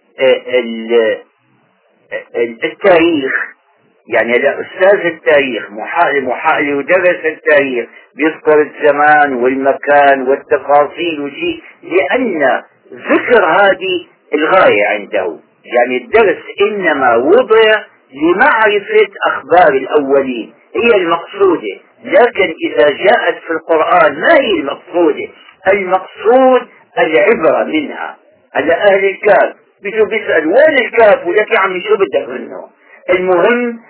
التاريخ. يعني لا أستاذ التاريخ محال محال يدرس التاريخ بيذكر الزمان والمكان والتفاصيل وشيء، لأن ذكر هذه الغاية عنده. يعني الدرس إنما وضع لمعرفة أخبار الأولين، هي المقصودة. لكن إذا جاءت في القرآن ما هي المقصودة؟ المقصود العبرة منها. على أهل الكهف بيجوا بيسأل وين الكهف؟ ولك يا عمي شو بدك منه؟ المهم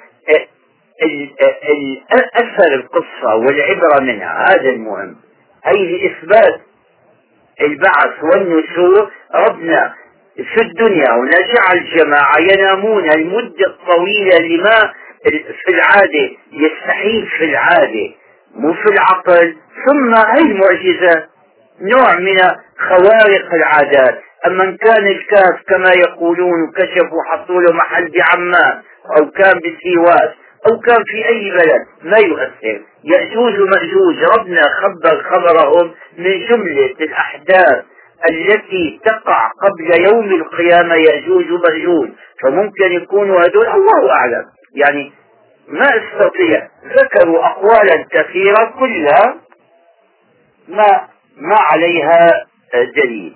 أثر القصة والعبرة منها، هذا المهم. أي لإثبات البعث والنشور. ربنا في الدنيا ونجعل جماعة ينامون المدة الطويلة لما في العادة يستحيل في العادة مو في العقل. ثم هي المعجزة نوع من خوارق العادات. أما إن كان الكهف كما يقولون كشفوا حطوا له محل بعمان أو كان بسيواس أو كان في أي بلد ما يؤثر. يأجوج ومأجوج ربنا خبر خبرهم من جملة الأحداث التي تقع قبل يوم القيامة، يأجوج ومأجوج، فممكن يكونوا هذول الله أعلم. يعني ما استطيع، ذكروا أقوالا كثيرة كلها ما ما عليها دليل.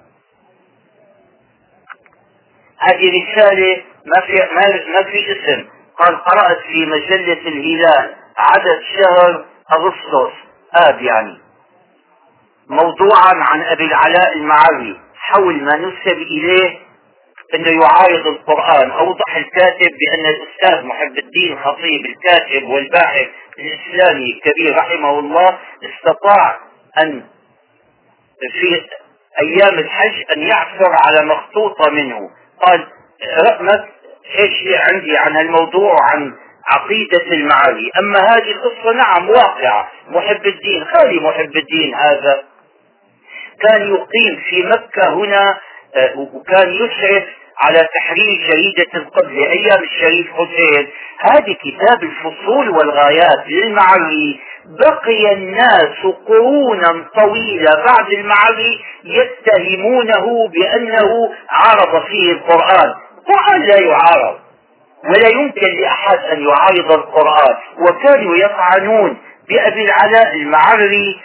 هذه رسالة ما في ما, ما في اسم. قال قرأت في مجلة الهلال عدد شهر أغسطس آب يعني موضوعا عن أبي العلاء المعري حول ما نسب إليه انه يعارض القرآن. اوضح الكاتب بان الاستاذ محب الدين خطيب الكاتب والباحث الاسلامي الكبير رحمه الله استطاع ان في ايام الحج ان يعثر على مخطوطة منه. قال رقمك ايش عندي عن هالموضوع عن عقيدة المعالي. اما هذه القصة نعم واقعة. محب الدين خالي محب الدين هذا كان يقيم في مكة هنا، وكان يشرف على تحرير جريدة القبل أيام الشريف حسين. هذه كتاب الفصول والغايات للمعري بقي الناس قرونا طويلة بعد المعري يتهمونه بأنه عارض فيه القرآن. القرآن لا يعارض ولا يمكن لأحد أن يعارض القرآن. وكانوا يطعنون بأبي العلاء المعري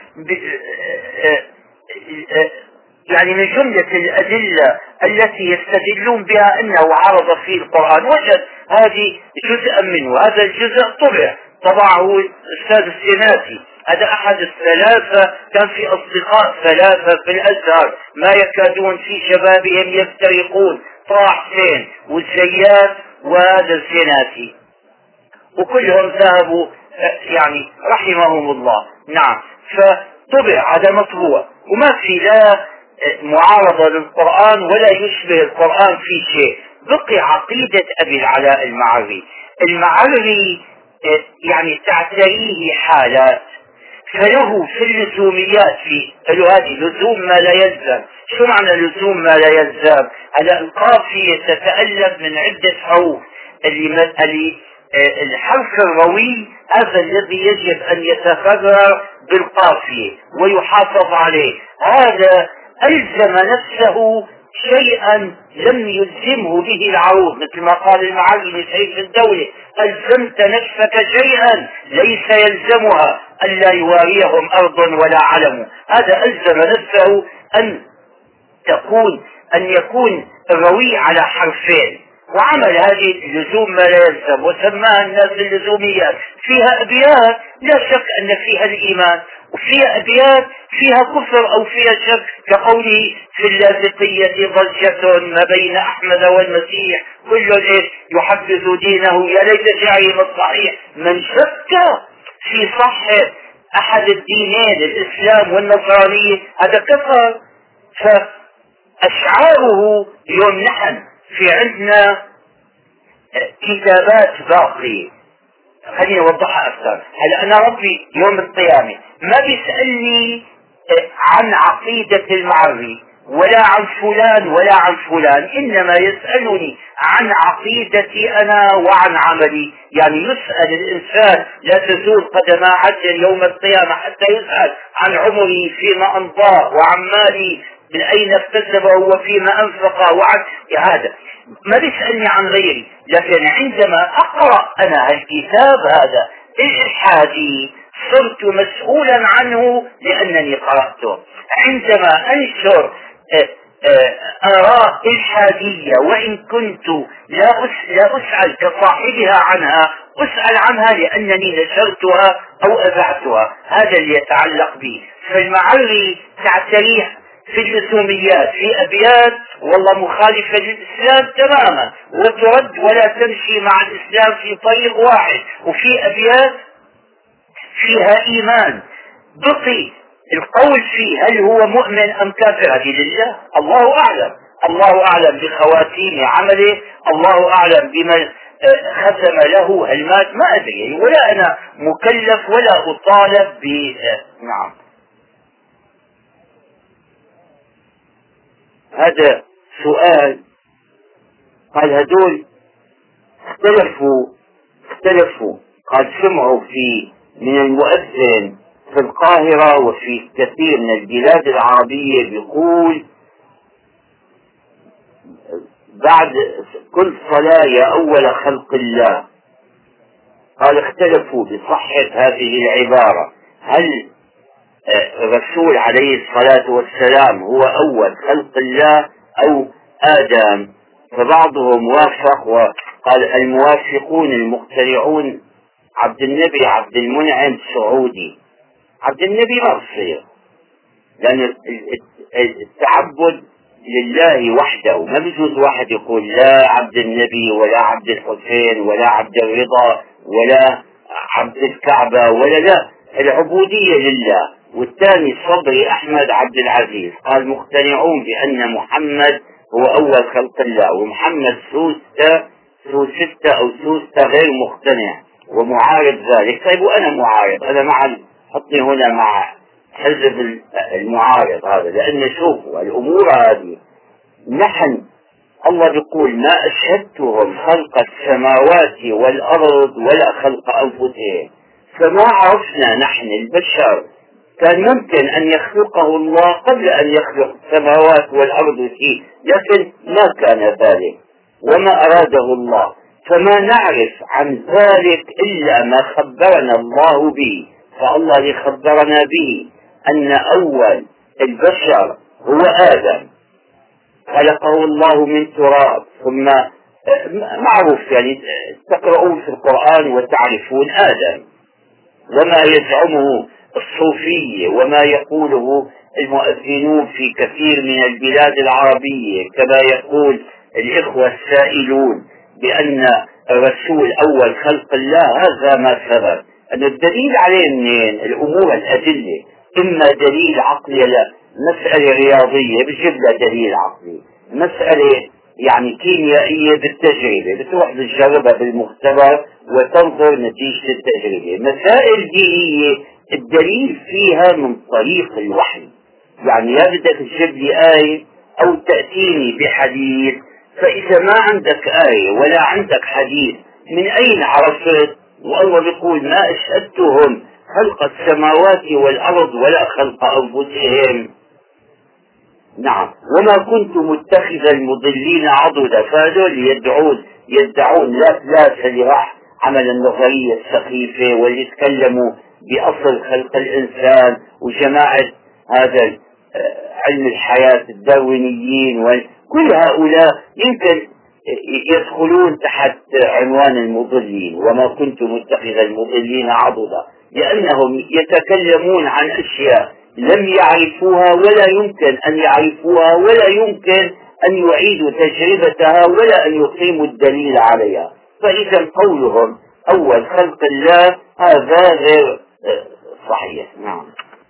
يعني من جملة الأدلة التي يستدلون بها أنه عرض فيه القرآن. وجد هذه جزءا منه. هذا الجزء طبع طبعه الأستاذ السيناتي. هذا أحد الثلاثة، كان في أصدقاء ثلاثة في الأزهر ما يكادون في شبابهم يفترقون، طه حسين والزيات وهذا السيناتي، وكلهم ذهبوا يعني رحمهم الله. نعم، فطبع هذا مطبوع وما في لا معارضة للقرآن ولا يشبه القرآن في شيء. بقي عقيدة أبي العلاء المعري. المعري يعني تعتريه حالات، فله في اللزوميات في هذه لزوم ما لا يلزم. شو معنى لزوم ما لا يلزم؟ هلا القافية تتألف من عدة حروف. اللي اللي الحرف الروي هذا الذي يجب أن يتكرر بالقافية ويحافظ عليه. هذا ألزم نفسه شيئا لم يلزمه به العروض، مثل ما قال المعلم سيف الدولة: ألزمت نفسك شيئا ليس يلزمها ألا يواريهم أرض ولا علم. هذا ألزم نفسه أن تكون أن يكون الروي على حرفين، وعمل هذه اللزوم ما لا يلزم وسماها الناس اللزوميات. فيها أبيات لا شك أن فيها الإيمان، وفيها أبيات فيها كفر أو فيها شك، كقوله: في اللاذقية ضجة ما بين أحمد والمسيح كل إيش يحدث دينه يا ليت شعري الصحيح. من شك في صحة أحد الدينين الإسلام والنصرانية هذا كفر. فأشعاره اليوم نحن في عندنا كتابات باقية. خليني أوضحها أكثر. هلا أنا ربي يوم القيامة ما بيسألني عن عقيدة المعري ولا عن فلان ولا عن فلان، إنما يسألني عن عقيدتي أنا وعن عملي. يعني يسأل الإنسان لا تزول قدم عبد يوم القيامة حتى يسأل عن عمري فيما أمضاه وعن مالي من أين اكتسبه وفيما أنفقه وعن هذا. ما بيسألني عن غيري. لكن عندما أقرأ أنا الكتاب هذا الإلحادي صرت مسؤولا عنه لأنني قرأته. عندما أنشر آراء إلحادية وإن كنت لا لا أسأل كصاحبها عنها، أسأل عنها لأنني نشرتها أو أذعتها. هذا اللي يتعلق به. فالمعري تعتريه في اللزوميات في أبيات والله مخالفة للإسلام تماما وترد ولا تمشي مع الإسلام في طريق واحد، وفي أبيات فيها إيمان. بقي القول فيه هل هو مؤمن أم كافر هذه لله، الله أعلم. الله أعلم بخواتيم عمله، الله أعلم بمن ختم له المات، ما أدري ولا أنا مكلف ولا أطالب ب نعم. هذا سؤال. قال هدول اختلفوا اختلفوا قد سمعوا في من المؤذن في القاهرة وفي كثير من البلاد العربية بيقول بعد كل صلاة يا أول خلق الله. قال اختلفوا بصحة هذه العبارة، هل الرسول عليه الصلاة والسلام هو أول خلق الله أو آدم؟ فبعضهم وافق وقال الموافقون المقتنعون عبد النبي عبد المنعم سعودي. عبد النبي ما بصير، لأن التعبد لله وحده. ما بيجوز واحد يقول لا عبد النبي ولا عبد الحسين ولا عبد الرضا ولا عبد الكعبة ولا لا، العبودية لله. والثاني صبري أحمد عبد العزيز قال مقتنعون بأن محمد هو أول خلق الله، ومحمد سوستة سوستة أو سوستة غير مقتنع ومعارض ذلك. طيب وأنا معارض، أنا مع حطني هنا مع حزب المعارض هذا، لأن شوفوا الأمور هذه نحن الله بيقول ما أشهدتهم خلق السماوات والأرض ولا خلق أنفسهم، فما عرفنا نحن البشر كان ممكن أن يخلقه الله قبل أن يخلق السماوات والأرض فيه، لكن ما كان ذلك وما أراده الله، فما نعرف عن ذلك إلا ما خبرنا الله به. فالله اللي خبرنا به أن أول البشر هو آدم، خلقه الله من تراب، ثم معروف يعني تقرؤون في القرآن وتعرفون آدم، وما يزعمه الصوفية وما يقوله المؤذنون في كثير من البلاد العربية، كما يقول الإخوة السائلون بأن الرسول أول خلق الله، هذا ما ثبت. أن الدليل عليه منين؟ الأمور الأدلة، إما دليل عقلي، لا مسألة رياضية بجيب لها دليل عقلي، مسألة يعني كيميائية بالتجربة، بتروح بتجربها بالمختبر وتنظر نتيجة التجربة. مسائل دينية الدليل فيها من طريق الوحي، يعني يا بدك تجيب لي آية أو تأتيني بحديث، فإذا ما عندك آية ولا عندك حديث من أين عرفت؟ والله بيقول ما أشهدتهم خلق السماوات والأرض ولا خلق أنفسهم. نعم، وما كنت متخذ المضلين عضدا. فهذول يدعون يدعون لا لا اللي راح عمل النظرية السخيفة واللي تكلموا بأصل خلق الإنسان، وجماعة هذا علم الحياة الداروينيين، وكل هؤلاء يمكن يدخلون تحت عنوان المضلين. وما كنت متخذ المضلين عضدا، لأنهم يتكلمون عن أشياء لم يعرفوها ولا يمكن أن يعرفوها ولا يمكن أن يعيدوا تجربتها ولا أن يقيموا الدليل عليها. فإذا قولهم أول خلق الله هذا غير صحيح. نعم.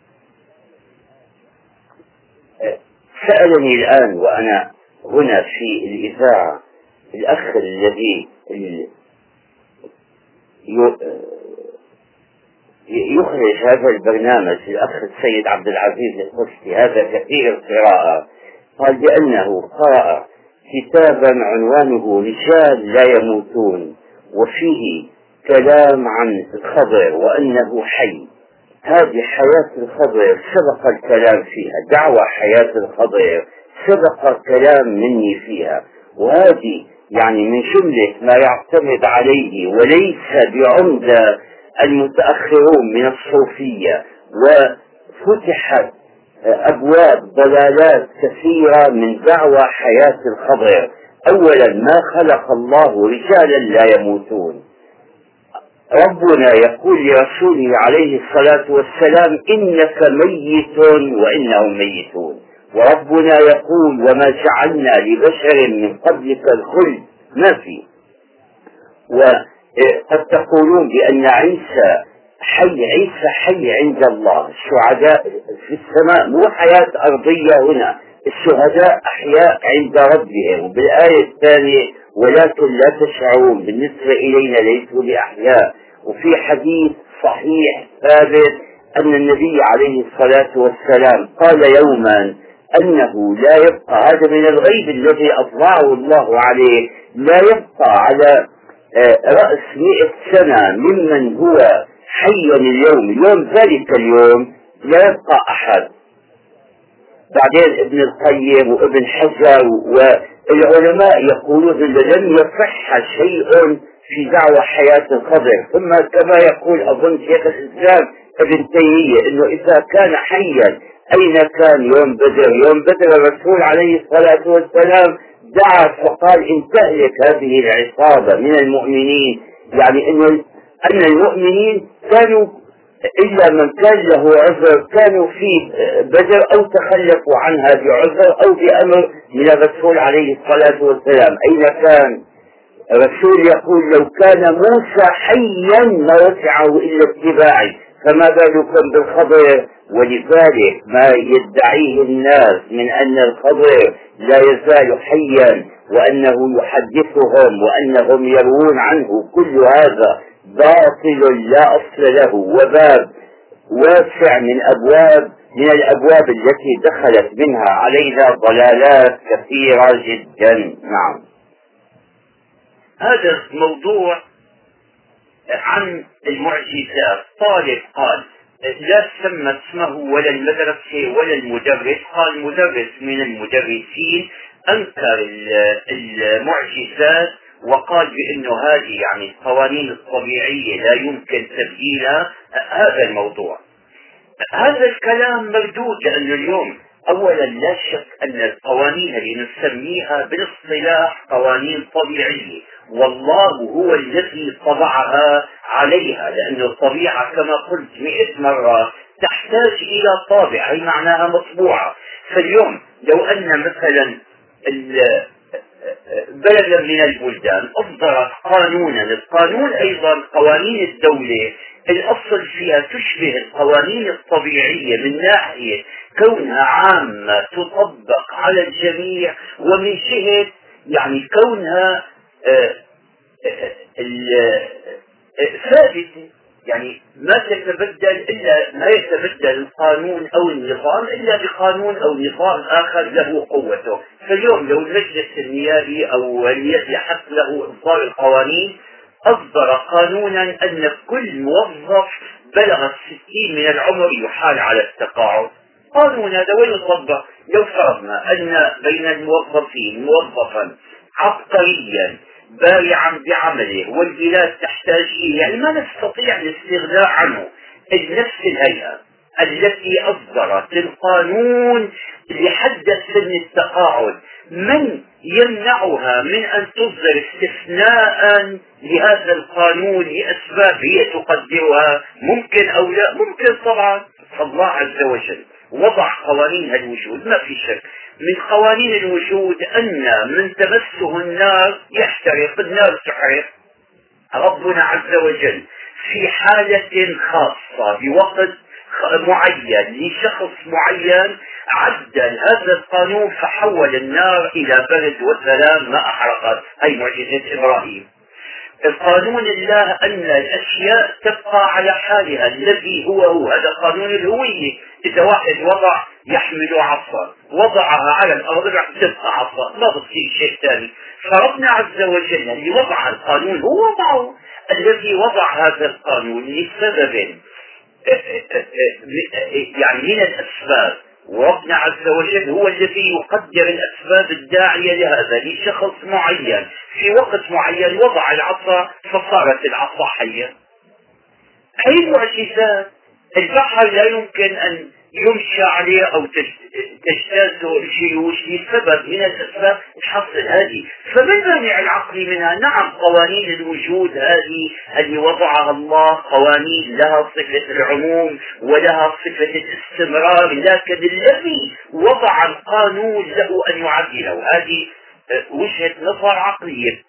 سألني الآن وأنا هنا في الإذاعة الأخ الذي يخرج هذا البرنامج، الأخ السيد عبد العزيز القسطي، هذا كثير القراءة، قال بأنه قرأ كتابا عنوانه رجال لا يموتون، وفيه كلام عن الخضر وأنه حي. هذه حياة الخضر سبق الكلام فيها، دعوة حياة الخضر سبق الكلام مني فيها، وهذه يعني من جملة ما يعتمد عليه وليس بعمدة المتأخرون من الصوفية، وفتحت أبواب ضلالات كثيرة من دعوى حياة الخضر. أولا ما خلق الله رجالا لا يموتون، ربنا يقول لرسوله عليه الصلاة والسلام إنك ميت وإنهم ميتون، وربنا يقول وما جعلنا لبشر من قبلك الخلد، ما في. وقد تقولون بأن عيسى حي، عيسى حي عند الله، الشهداء في السماء مو حياة أرضية هنا، الشهداء أحياء عند ربهم. وبالآية الثانية ولكن لا تشعرون بالنسبة إلينا ليسوا بأحياء. وفي حديث صحيح ثابت أن النبي عليه الصلاة والسلام قال يوما أنه لا يبقى، هذا من الغيب الذي أطلعه الله عليه، لا يبقى على رأس مئة سنة ممن هو حيا اليوم، اليوم ذلك اليوم لا يبقى أحد. بعدين ابن القيم وابن حجر والعلماء يقولون إن لم يصح شيء في دعوة حياة الخضر. ثم كما يقول أظن شيخ الإسلام ابن تيمية إنه إذا كان حيا أين كان يوم بدر؟ يوم بدر الرسول عليه الصلاة والسلام دعا فقال إن تهلك هذه العصابة من المؤمنين، يعني إنه أن المؤمنين كانوا إلا من كان له عذر كانوا في بدر أو تخلفوا عنها بعذر أو بأمر من الرسول عليه الصلاة والسلام. أين كان الرسول يقول لو كان موسى حيا ما وسعه إلا اتباعي، فما بالكم بالخضر؟ ولذلك ما يدعيه الناس من أن الخضر لا يزال حيا وأنه يحدثهم وأنهم يروون عنه، كل هذا باطل لا أصل له، وباب واسع من أبواب من الأبواب التي دخلت منها علينا ضلالات كثيرة جدا. نعم. هذا موضوع عن المعجزات. طالب قال لا سمى اسمه ولا المدرسة ولا المدرس، قال مدرس من المدرسين أنكر المعجزات وقال بأنه هذه يعني القوانين الطبيعية لا يمكن تبديلها. هذا الموضوع، هذا الكلام مردود، لأنه اليوم أولا لا شك أن القوانين اللي نسميها بالاصطلاح قوانين طبيعية والله هو الذي طبعها عليها، لأن الطبيعة كما قلت مئة مرة تحتاج إلى طابع، هي معناها مطبوعة. فاليوم لو أن مثلا بلدا من البلدان أصدرت قانونا، القانون أيضا قوانين الدولة الأصل فيها تشبه القوانين الطبيعية من ناحية كونها عامة تطبق على الجميع، ومن جهة يعني كونها ثابتة، يعني ما تتبدل إلا ما يتبدل القانون أو النظام إلا بقانون أو نظام آخر له قوته. فاليوم لو المجلس النيابي أو الذي حق له إصدار القوانين أصدر قانونا أن كل موظف بلغ الستين من العمر يحال على التقاعد، قانون هذا وين يطبق؟ لو فرضنا أن بين الموظفين موظفا عبقريا بارعا بعمله والبلاد تحتاج إليه، يعني ما نستطيع الاستغناء عنه، نفس الهيئة التي أصدرت القانون لحد سن التقاعد من يمنعها من أن تصدر استثناء لهذا القانون لأسباب هي تقدرها؟ ممكن أو لا؟ ممكن طبعا. فالله عز وجل وضع قوانين الوجود، ما في شك من قوانين الوجود أن من تمسه النار يحترق، النار تحرق. ربنا عز وجل في حالة خاصة بوقت معين لشخص معين عدل هذا القانون فحول النار إلى برد وسلام ما أحرقت. هي معجزة إبراهيم. القانون الله أن الأشياء تبقى على حالها الذي هو هو، هذا قانون الهوية. إذا واحد وضع يحمل عصا وضعها على الأرض راح تبقى عصا، ما بصير شيء ثاني. فربنا عز وجل اللي وضع القانون هو معه الذي وضع هذا القانون لسبب يعني من الأسباب، وربنا عز وجل هو الذي يقدر الأسباب الداعية لهذا لشخص معين في وقت معين، وضع العصا فصارت العصا حية. هي المعجزات. البحر لا يمكن أن يمشى عليه أو تجتازه الجيوش لسبب من الأسباب تحصل هذه، فما المانع العقلي منها؟ نعم قوانين الوجود هذه اللي وضعها الله قوانين لها صفة العموم ولها صفة الاستمرار، لكن الذي وضع القانون له أن يعدله. هذه وجهة نظر عقلية.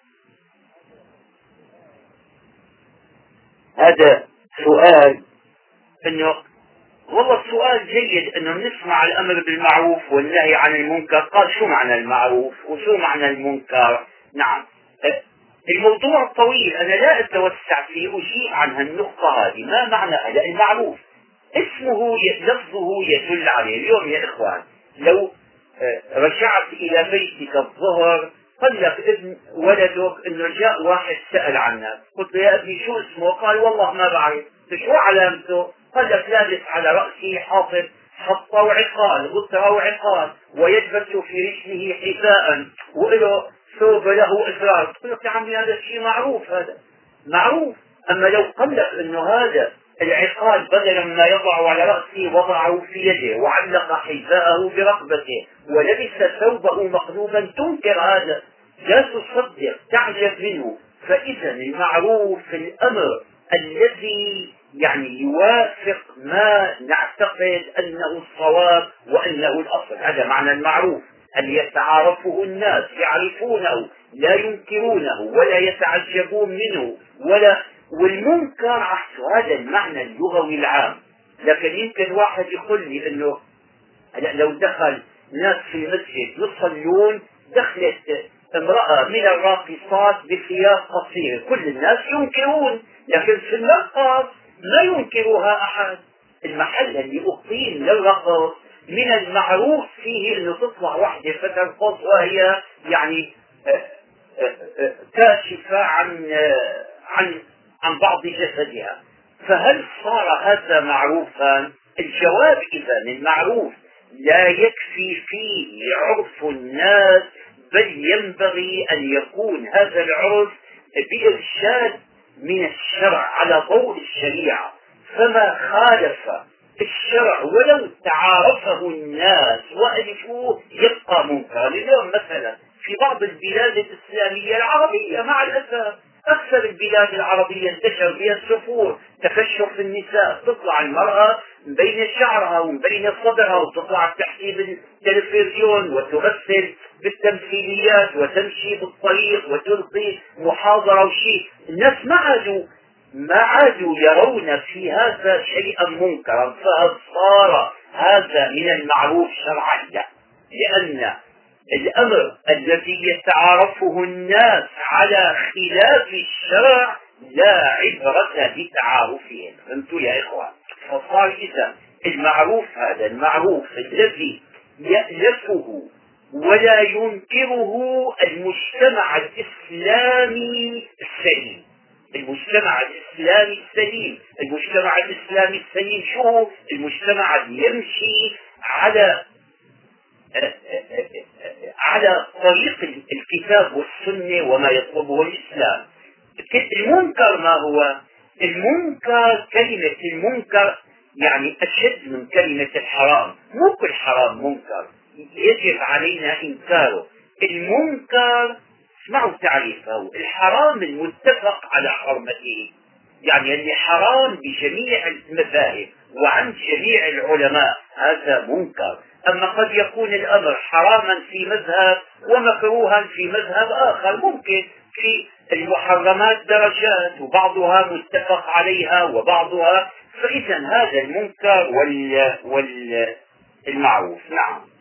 هذا سؤال انه والله السؤال جيد انه نسمع الامر بالمعروف والنهي عن المنكر. قال شو معنى المعروف وشو معنى المنكر؟ نعم الموضوع طويل، انا لا اتوسع فيه، اجيب عن هالنقطة هذه. ما معنى هذا المعروف؟ اسمه لفظه يدل عليه. اليوم يا اخوان لو رجعت الى بيتك الظهر قال لك ابن ولدك انه جاء واحد سأل عنك، قلت له يا ابني شو اسمه؟ قال والله ما بعرف. شو علامته؟ قال لك لابس على رأسه حاطب حطة وعقال. قلت له وعقال ويلبس في رجله حذاء وله ثوب له إزرار. قلت له يا عمي هذا الشيء معروف، هذا معروف. أما لو قال لك انه هذا العقال بدلا ما يضع على رأسه وضعه في يده وعلق حذاءه برقبته ولبس ثوبه مقلوبا، تنكر هذا، لا تصدق، تعجب منه. فإذا المعروف في الأمر الذي يعني يوافق ما نعتقد أنه الصواب وأنه الأصل. هذا معنى المعروف، أن يتعارفه الناس، يعرفونه، لا ينكرونه ولا يتعجبون منه ولا. والمنكر عكسه، هذا المعنى اللغوي العام. لكن يمكن واحد يقول لي انه لو دخل ناس في المسجد يصلون، دخلت امرأة من الراقصات بثياب قصير، كل الناس ينكرون، لكن في المرقص لا ينكرها أحد. المحل اللي أقيم للرقص من المعروف فيه أنه تطلع واحدة فترقص وهي يعني كاشفة عن عن عن بعض جسدها. فهل صار هذا معروفا؟ الجواب إذا المعروف لا يكفي فيه عرف الناس، بل ينبغي أن يكون هذا العرف بإرشاد من الشرع على ضوء الشريعة. فما خالف الشرع ولو تعارفه الناس وألفوه يبقى منكرا. اليوم مثلا في بعض البلاد الإسلامية العربية مع الأسف، أكثر البلاد العربية انتشر فيها السفور، تكشف النساء، تطلع المرأة من بين شعرها ومن بين صدرها وتطلع تحكي بالتلفزيون وتمثل بالتمثيليات وتمشي بالطريق وتلقي محاضرة وشيء. الناس ما عادوا ما عادوا يرون في هذا شيئا منكرا. فهل صار هذا من المعروف شرعا؟ لا، لأن الأمر الذي يتعارفه الناس على خلاف الشرع لا عبرة بتعارفهم. فهمتوا يا إخوان؟ فصار إذا المعروف هذا المعروف الذي يألفه ولا ينكره المجتمع الإسلامي السليم. المجتمع الإسلامي السليم، المجتمع الإسلامي السليم شو؟ المجتمع اللي يمشي على على طريق الكتاب والسنة وما يطلبه الإسلام. المنكر ما هو؟ المنكر، كلمة المنكر يعني أشد من كلمة الحرام. مو كل حرام منكر يجب علينا إنكاره. المنكر اسمعوا تعريفه: الحرام المتفق على حرمته، يعني اللي حرام بجميع المذاهب وعند جميع العلماء، هذا منكر. أما قد يكون الأمر حراما في مذهب ومكروها في مذهب آخر. ممكن في المحرمات درجات وبعضها متفق عليها وبعضها. فإذا هذا المنكر وال والمعروف. نعم.